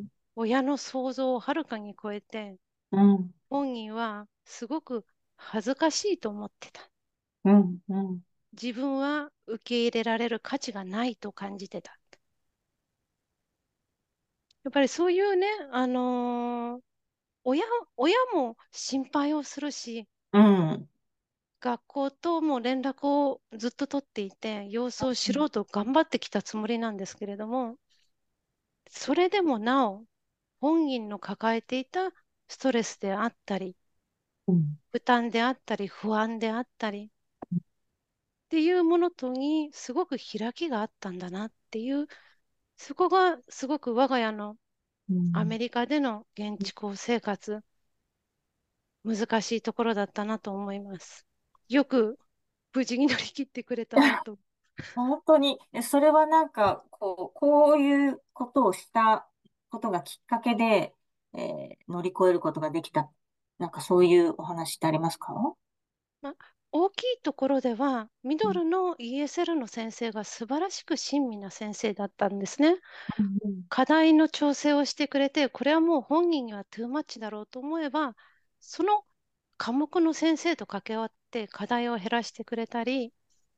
親の想像をはるかに超えて、 うん。 本人はすごく恥ずかしいと思ってた。 うん。うん。 自分は受け入れられる価値がないと感じてた。やっぱりそういうね、あのー親、親も心配をするし、 うん。 学校とも連絡をずっと取っていて、様子を知ろうと頑張ってきたつもりなんですけれども、それでもなお、本人の抱えていたストレスであったり、 うん。 負担であったり、不安であったりっていうものとにすごく開きがあったんだなっていう、そこがすごく我が家のうん。 アメリカでの現地校生活、難しいところだったなと思います。よく無事に乗り切ってくれたなと。 本当に、えそれはなんか、こう、こういうことをしたことがきっかけで、えー乗り越えることができた。なんかそういうお話ってありますか？ まあ、大きいところでは、ミドルの イーエスエル の先生が素晴らしく親身な先生だったんですね。 うんうん課題の調整をしてくれて、これはもう本人にはトゥーマッチだろうと思えば、その科目の先生と掛け合って課題を減らしてくれたり、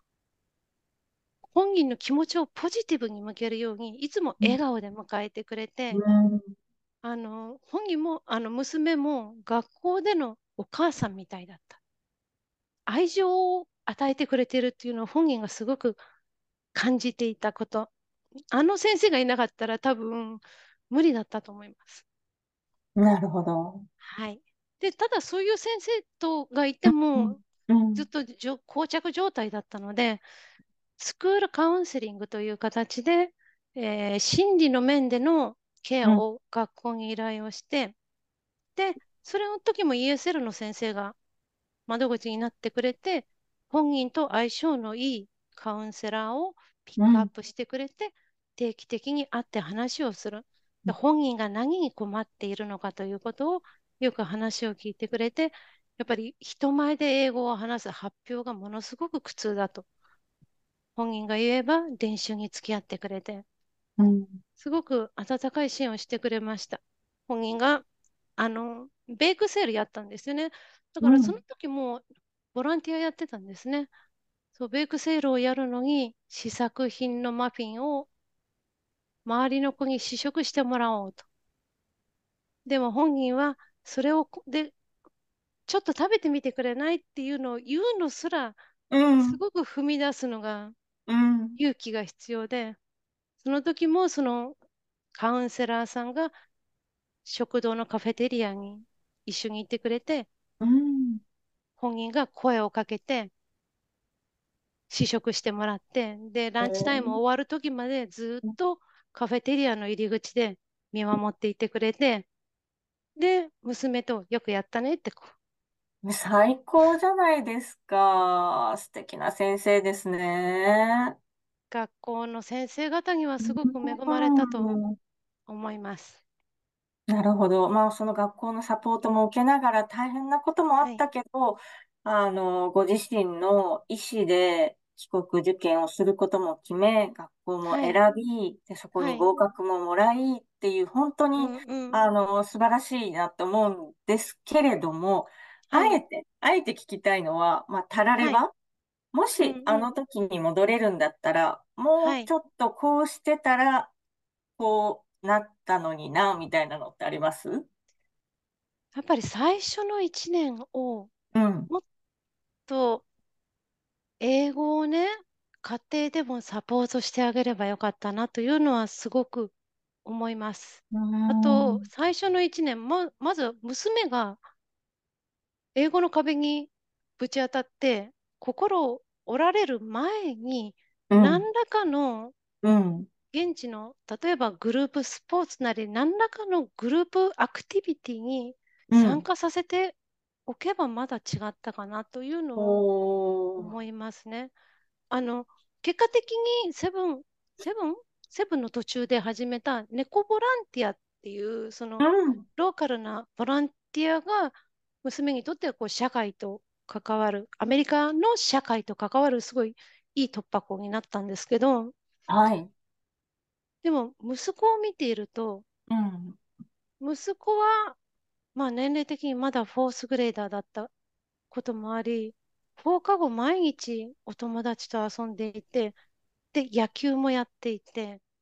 本人の気持ちをポジティブに向けるように、いつも笑顔で迎えてくれて、 うん。 あの、本人も、あの、娘も学校でのお母さんみたいだった。愛情を与えてくれてるっていうのを本人がすごく感じていたこと。あの先生がいなかったら多分無理だったと思います。 なるほど。 はい。で、ただそういう先生とがいてうんも、 うん。 ずっとじょ膠着状態だったので、スクールカウンセリングという形で、えー心理の面でのケうんアを学校に依頼をして、で、それの時も イーエスエル の先生が窓口になってくれて、本人と相性のいいカウンセラーをピックアッうんプしてくれて、定期的に会って話をする。で本人が何に困っているのかということをよく話を聞いてくれて、やっぱり人前で英語を話す発表がものすごく苦痛だと。本人が言えば練習に付き合ってくれて、 うんすごく温かい支援をしてくれました。本人が、あの、ベイクセールやったんですよね。だからそのうん時もボランティアやってたんですね。そう、ベイクセールをやるのに試作品のマフィンを周りの子に試食してもらおうと。でも本人はそれをこで、ちょっと食べてみてくれないっていうのを言うのすら、 うんすごく踏み出すのがうん勇気が必要で、その時もそのカウンセラーさんが食堂のカフェテリアに一緒に行ってくれて、 うん本人が声をかけて試食してもらって、で、 えランチタイムー終わる時までずっとカフェテリアの入り口で見守っていてくれて、で、娘とよくやったねってこう、 最高じゃないですか。素敵な先生ですね。 学校の先生方にはすごく恵まれたとうん思います。 なるほど。まあ、その学校のサポートも受けながら大変なこともあっはい。 たけど、あの、ご自身の意思で帰国受験をすることも決め、学校もはい。 選び、で、そこにはい。 合格ももらいっていう、本当に、 うんうん。 あの、素晴らしいなって思うんですけれども、 はい。 あえて、あえて聞きたいのは、まあ、たられはい。 ば、もうんしあうん。 の時に戻れるんだったら、もうはい。 ちょっとこうしてたら、 こうなったのにな、みたいなのってあります？ やっぱり最初のいちねんをうん。 もっと英語をね、家庭でもサポートしてあげればよかったなというのはすごく思います。 うーあと、 ん。 最初のいちねん、ま、まず娘が英語の壁にぶち当たって、心折られる前に、 うん。 何らかのうん。 現地の、例えばグループスポーツなり、何らかのグループアクティビティにうん。 参加させておけばまだ違ったかなというのをおー。 思いますね。あの、結果的にセブン、セブンセブンの途中で始めた猫ボランティアっていう、そうのん。 ローカルなボランティアが娘にとってはこう社会と関わる、アメリカの社会と関わるすごいいい突破口になったんですけど、 はい。 でも息子を見ていると、 うん。 息子はまあ年齢的にまだフォースグレーダーだったこともあり、放課後毎日お友達と遊んでいて、で、野球もやっていて、 うん。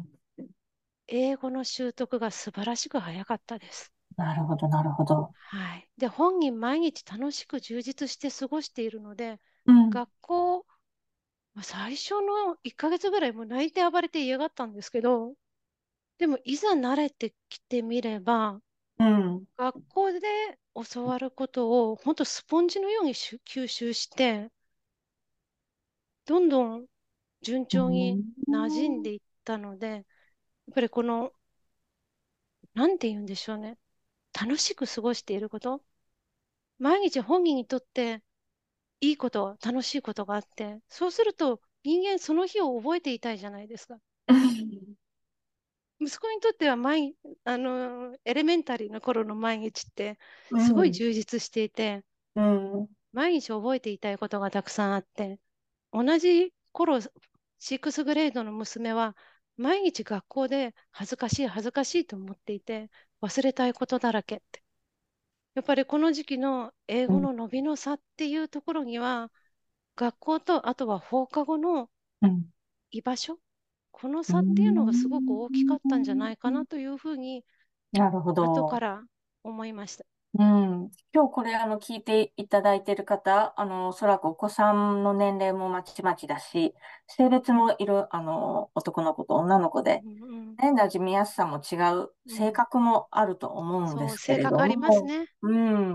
英語の習得が素晴らしく早かったです。 なるほど、なるほど。 はい。で、本人毎日楽しく充実して過ごしているので、 うん。 学校、まあ最初のいっかげつぐらいもう泣いて暴れて嫌がったんですけど、でもいざ慣れてきてみれば、 うん。 学校で教わることを本当スポンジのようにしゅ吸収して、どんどん順う調に馴染んん。 でいったので、やっぱりこの、なんて言うんでしょうね。楽しく過ごしていること。毎日本人にとっていいこと、楽しいことがあって、そうすると人間その日を覚えていたいじゃないですか。息子にとっては毎、あの、エレメンタリーの頃の毎日ってすごいうん。 充実していて、 うん。 毎日覚えていたいことがたくさんあって、同じ頃、シックスグレードの娘は毎日学校で恥ずかしい恥ずかしいと思っていて、忘れたいことだらけって。やっぱりこの時期の英うん。 語の伸びの差っていうところには、学校とあとは放課後のうん。 居場所、このう差っていうのがすごくん。 大きかったんじゃないかなというふうになるほど。 後から思いました。 うん。今日これあの聞いていただいている方、あの、おそらくお子さんの年齢もまちまちだし、性別もいろ、あの、男の子と女の子で、 うんうんね、馴染みやすさも違う、性うん、 格もあると思うんでそう、 すけれど性格ありますも、 ね。 うん。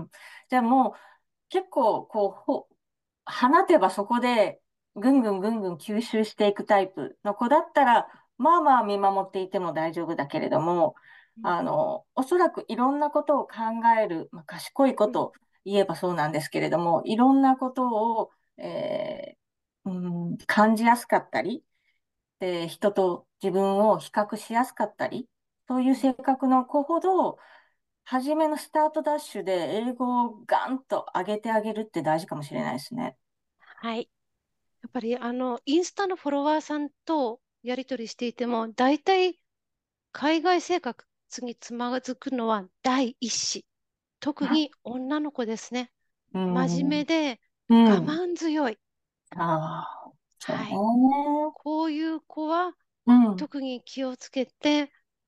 じゃあもう、結構、こう、ほ放てばそこで、ぐんぐんぐんぐん吸収していくタイプの子だったら、まあまあ見守っていても大丈夫だけれども、 うんあの、おそらくいろんなことを考える、まあ、賢いこうんと言えばそうなんですけれども、いろんなことを、えーうん、感じやすかったり、で、人と自分を比較しやすかったり、そういう性格の子ほど、初めのスタートダッシュで英語をガンと上げてあげるって大事かもしれないですね。 はい。やっぱりあの、インスタのフォロワーさんとやり取りしていても、大体海外生活につまずくのは第一子。特に女の子ですね。 う真面目ん。 でう我ん。 慢強い。 ああ、そうはい。 ね。 こういう子はうん。 特に気をつけてうん。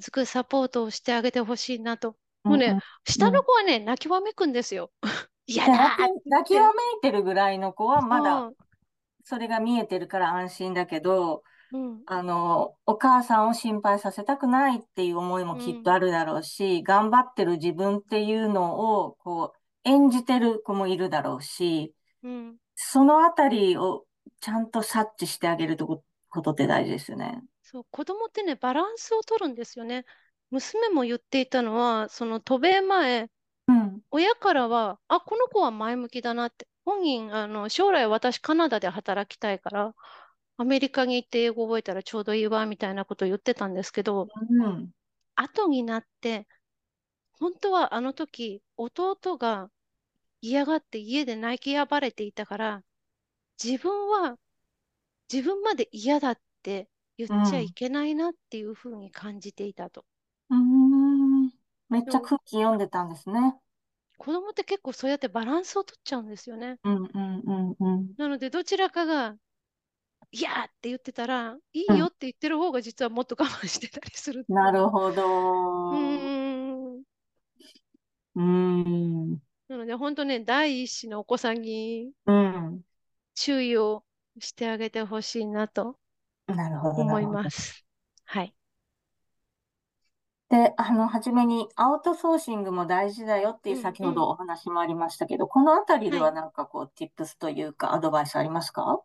手厚くサポートをしてあげてほしいなと。 うん。 もうね、 うん。 下うん。 の子はね、泣きわめくんですよ。嫌で、泣き、 だーって言って。 泣きわめいてるぐらいの子はまだそう。 それが見えてるから安心だけど、 うん。 あの、お母さんを心配させたくないっていう思いもきっとうん。 あるだろうし、頑張ってる自分っていうのを、こう、演じてる子もいるだろうし、 うん。 そのあたりをちゃんと察知してあげるとこ、ことって大事ですよね。 そう、子供ってね、バランスを取るんですよね。娘も言っていたのは、その渡米前、 うん、 親からは、あ、この子は前向きだなって。本人、あの、将来私カナダで働きたいから、アメリカに行って英語覚えたらちょうどいいわ、みたいなことを言ってたんですけど、 うん、 後になって、本当はあの時、弟が嫌がって家で泣き暴れていたから、自分は自分まで嫌だって言っうん。 ちゃいけないなっていうふうに感じていたと。 うーん。めっでもちゃ空気読んでたんですね。 子供って結構そうやってバランスを取っちゃうんですよね。 うん、うん、うん、うん。 なので、どちらかがいやーって言ってたら、いうん。 いよって言ってる方が実はもっと我慢してたりするっていう。 なるほうど。 ーん。 うーん。 なので、本当ね、第一子のお子さんにうん。 注意をしてあげてほしいなとなるほど、な思いるほど。 ます。はい。 で、あの、初めにアウトソーシングも大事だよっていううんうん。 先ほどお話もありましたけど、このあたりでははい。 なんかこう、tips というかアドバイスありますか？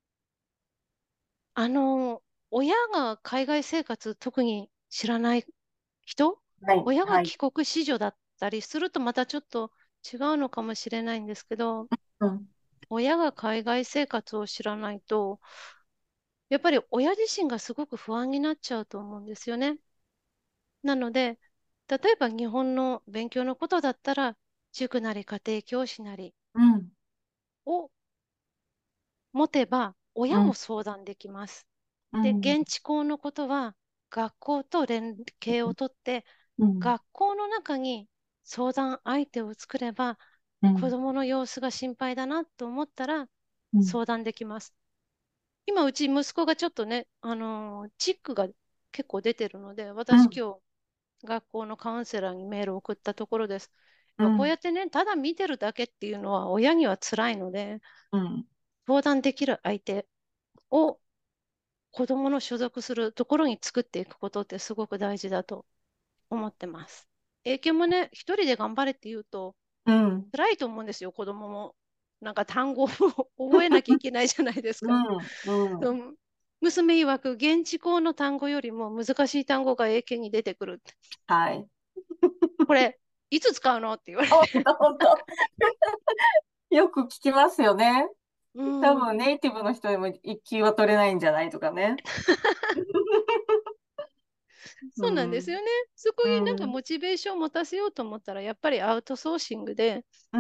あの、親が海外生活特に知らない人、 はい、はい。 親が帰国子女だったりするとまたちょっと違うのかもしれないんですけど、 うん、 親が海外生活を知らないと、やっぱり親自身がすごく不安になっちゃうと思うんですよね。なので、例えば日本の勉強のことだったら、塾なり家庭教師なりうん、 を持てば、親もうん、 相談できます。で、 うん、 現地校のことは、学校と連携をとって、 うん、 学校の中に相談相手を作れば、 うん、 子供の様子が心配だなと思ったら、 うん、 相談できます。今、うち息子がちょっとね、あのーチックが結構出てるので、 うん、 私今日、学校のカウンセラーにメールを送ったところです。やっぱこううん、 やってね、ただ見てるだけっていうのは親には辛いので、 うん。 相談できる相手を子供の所属するところに作っていくことってすごく大事だと思ってます。影響もね、一人で頑張れって言うとうん。 辛いと思うんですよ、子供も。なんか単語を覚えなきゃいけないじゃないですか。 うん、うん。 うん、娘曰く、現地校の単語よりも難しい単語が英検に出てくるって。 はい。 これ、いつ使うのって言われ本て。 当、本当。よく聞きますよね。 う多分ん。 ネイティブの人でも一級は取れないんじゃないとかね。うそうなんですん。 よね。そこうになんかん。 モチベーションを持たせようと思ったら、やっぱりアウトソーシングでうん。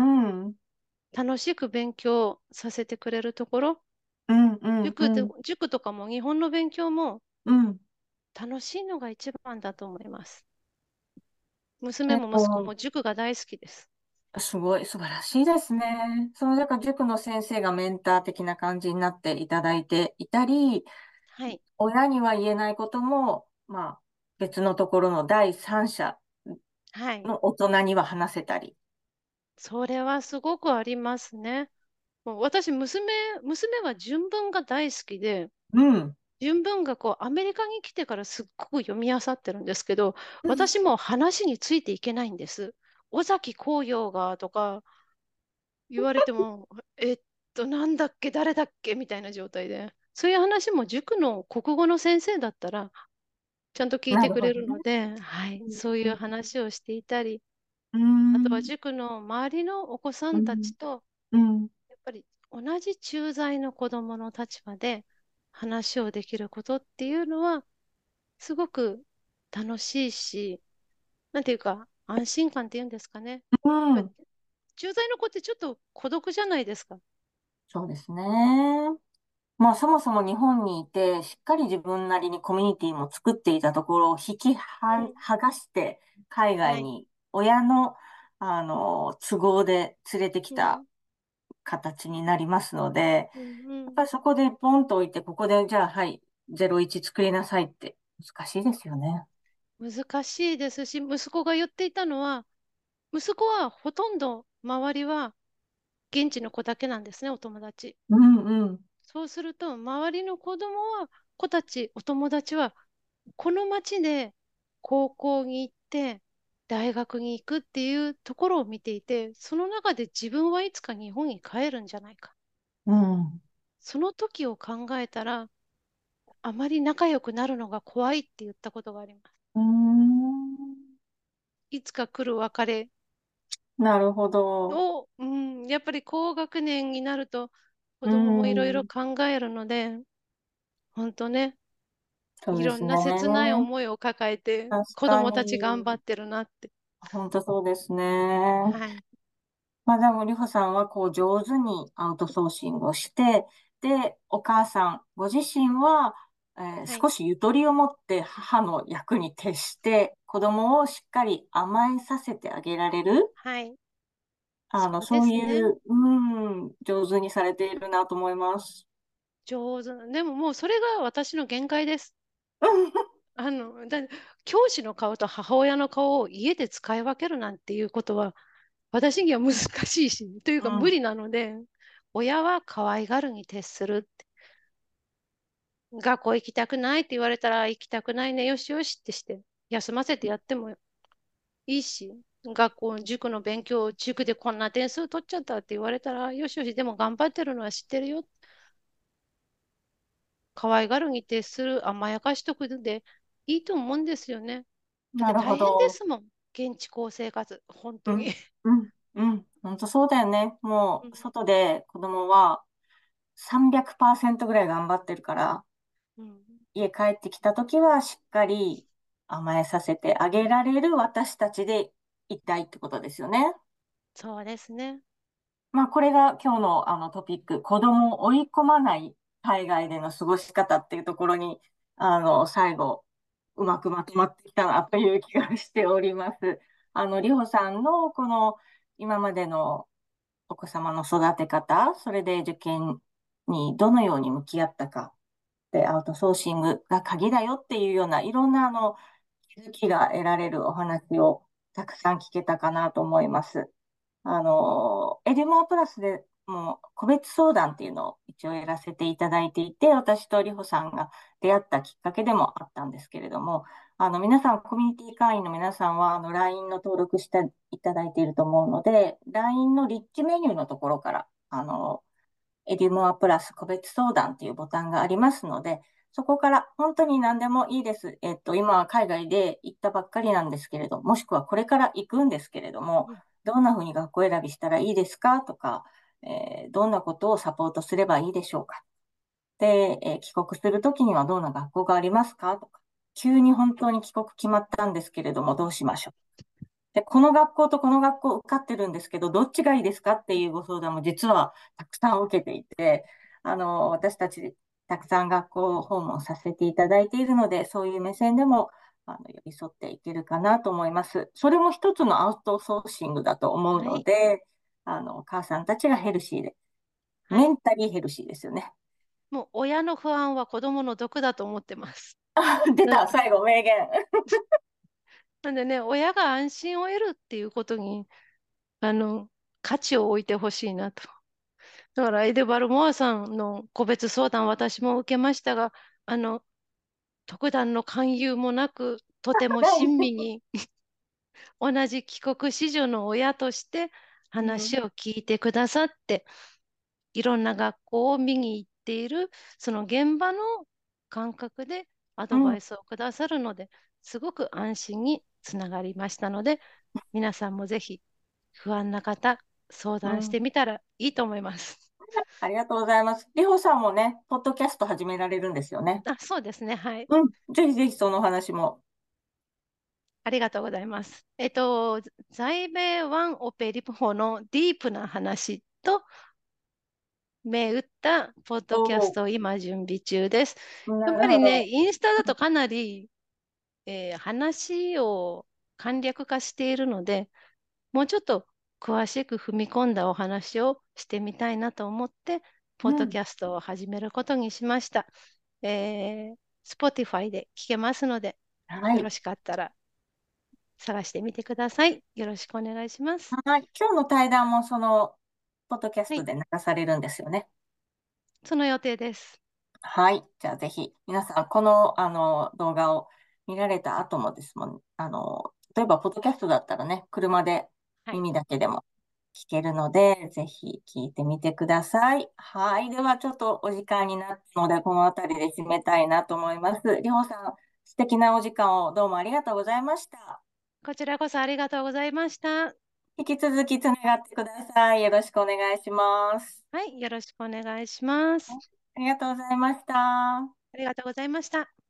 楽しく勉強させてくれるところ、 うん。うん。 塾で、 うん。 塾とかも日本の勉強もうん。 楽しいのが一番だと思います。 え娘も息子っと、 も塾が大好きです。 すごい、素晴らしいですね。その、だから塾の先生がメンター的な感じになっていただいていたり、 はい。 親には言えないことも、まあ、別のところの第三者はい。 の大人には話せたり。 それはすごくありますね。もう私、娘、娘は純文が大好きで、 うん。 純文学をアメリカに来てからすっごく読み漁ってるんですけど、 うん。 私も話についていけないんです。尾崎紅葉がとか言われても、えっと、なんだっけ、誰だっけみたいな状態で。そういう話も塾の国語の先生だったらちゃんと聞いなてくれるほどね。 るので、はい、そういう話をしていたり、 うあとはん。 塾の周りのお子さんたうん。 ちと、 うん。 やっぱり同じ駐在の子供の立場で話をできることっていうのは、すごく楽しいし、なんていうか、安心感っていうんですかね。 うやっぱん。 駐在の子ってちょっと孤独じゃないですか。 そうですね。まあ、そもそも日本にいて、しっかり自分なりにコミュニティも作っていたところを引きは、 うん。 剥がして、海はい。 外に親の、あの、都合で連れてきたうん。 形になりますので、 うん。うん。 やっぱりそこでポンと置いて、ここでじゃあ、はい、ゼロイチ作りなさいって難しいですよね。 難しいですし、息子が言っていたのは、息子はほとんど周りは現地の子だけなんですね、お友達。 うんうん。 そうすると、周りの子供は、子たち、お友達は、この町で高校に行って、大学に行くっていうところを見ていて、その中で自分はいつか日本に帰るんじゃないか。 うん。 その時を考えたら、あまり仲良くなるのが怖いって言ったことがあります。 うーん。 いつか来る別れなるほど。 を、うん、やっぱり高学年になると子う供もいろいろん。 考えるので、本当ね、 そうですいろんな切ないね。 思いを抱えて確か子供たち頑張に。 ってるなって。 本当そうですね。 はい。 まあでも、りほさんはこう上手にアウトソーシングをして、で、お母さん、ご自身は、えーはい。 少しゆとりを持って母の役に徹して、子供をしっかり甘えさせてあげられる、 はい。 あの、 そうでそうすね。 いう、うん、上手にされているなと思います。 上手な。でももうそれが私の限界です。 うんあの、だ、教師の顔と母親の顔を家で使い分けるなんていうことは、私には難しいし、というか無理なので、親は可愛がるに徹するって。学校行きたくないって言われたら、行きたくないね、よしよしってして、休ませてやってもいいし、学校、塾の勉強、塾でこんな点数取っちゃったって言われたら、よしよし、でも頑張ってるのは知ってるよ。可愛がるに徹する甘やかしとくでいいと思うんですよね。だっなるほて大変でど。 すもん。現地校生活、本当に。 うん、うん、うん。本当そうだよね。 うん、 もう、外で子供はさんびゃくパーセントぐらい頑張ってるから、 うん、 家帰ってきたときはしっかり甘えさせてあげられる私たちでいたいってことですよね。 そうですね。 まあ、これが今日のあのトピック、子供を追い込まない海外での過ごし方っていうところに、あの、最後、うまくまとまってきたなという気がしております。あの、りほさんのこの今までのお子様の育て方、それで受験にどのように向き合ったか、で、アウトソーシングが鍵だよっていうような、いろんなあの、気づきが得られるお話をたくさん聞けたかなと思います。あの、エデュモアプラスでも個別相談っていうのを一応やらせていただいていて、私とりほさんが出会ったきっかけでもあったんですけれども、あの、皆さん、コミュニティ会員の皆さんは、あの、ライン の登録していただいていると思うので、ライン のリッチメニューのところから、あの、エデュモアプラス個別相談っていうボタンがありますので、そこから本当に何でもいいです。えっと、今は海外で行ったばっかりなんですけれど、もしくはこれから行くんですけれども、 うん、 どんなふうに学校選びしたらいいですかとか、えーどんなことをサポートすればいいでしょうか。で、えー帰国するときにはどんな学校がありますかとか、急に本当に帰国決まったんですけれども、どうしましょう。で、この学校とこの学校受かってるんですけど、どっちがいいですかっていうご相談も実はたくさん受けていて、あの、私たちたくさん学校訪問させていただいているので、そういう目線でも、あの、寄り添っていけるかなと思います。それも一つのアウトソーシングだと思うはい。 ので、あの、お母さんたちがヘルシーで、 はい。 メンタリーヘルシーですよね。 もう親の不安は子供の毒だと思ってます。 出な、 た、最後、名言。 なんでね、親が安心を得るっていうことに、あの、価値を置いてほしいなと。だから、エデバル・モアさんの個別相談、私も受けましたが、あの、特段の勧誘もなく、とても親身に、同じ帰国子女の親としてうん、 話を聞いてくださって、いろんな学校を見に行っている、その現場の感覚でアうん、 ドバイスをくださるので、すごく安心につながりましたので、皆さんもぜひ不安な方、相談してうん。 みたらいいと思います。 ありがとうございます。りほさんもね、ポッドキャスト始められるんですよね。 あ、そうですね。はい。 うん。ぜひぜひそのお話も。 ありがとうございます。えっと、在米ワンオペリポのディープな話と、銘打ったポッドキャスおトを今準備中です。 ー、 やっなるぱりね、 ほど。 インスタだとかなり、えー話を簡略化しているので、もうちょっと詳しく踏み込んだお話をしてみたいなと思って、ポッうん。 ドキャストを始めることにしました。えー、Spotify で聞けますので、 はい。 よろしかったら探してみてください。よろしくお願いします。 はい。今日の対談もその、ポッドキャスはい、 トで流されるんですよね。 その予定です。 はい。じゃあぜひ、皆さん、この、あの、動画を見られた後もですもん、あの、例えば、ポッドキャストだったらね、車ではい。 耳だけでも聞けるので、ぜひ聞いてみてください。はい。では、ちょっとお時間になったので、この辺りで締めたいなと思います。りほさん、素敵なお時間をどうもありがとうございました。 こちらこそありがとうございました。 引き続きつながってください。よろしくお願いします。 はい、よろしくお願いします。 ありがとうございました。 ありがとうございました。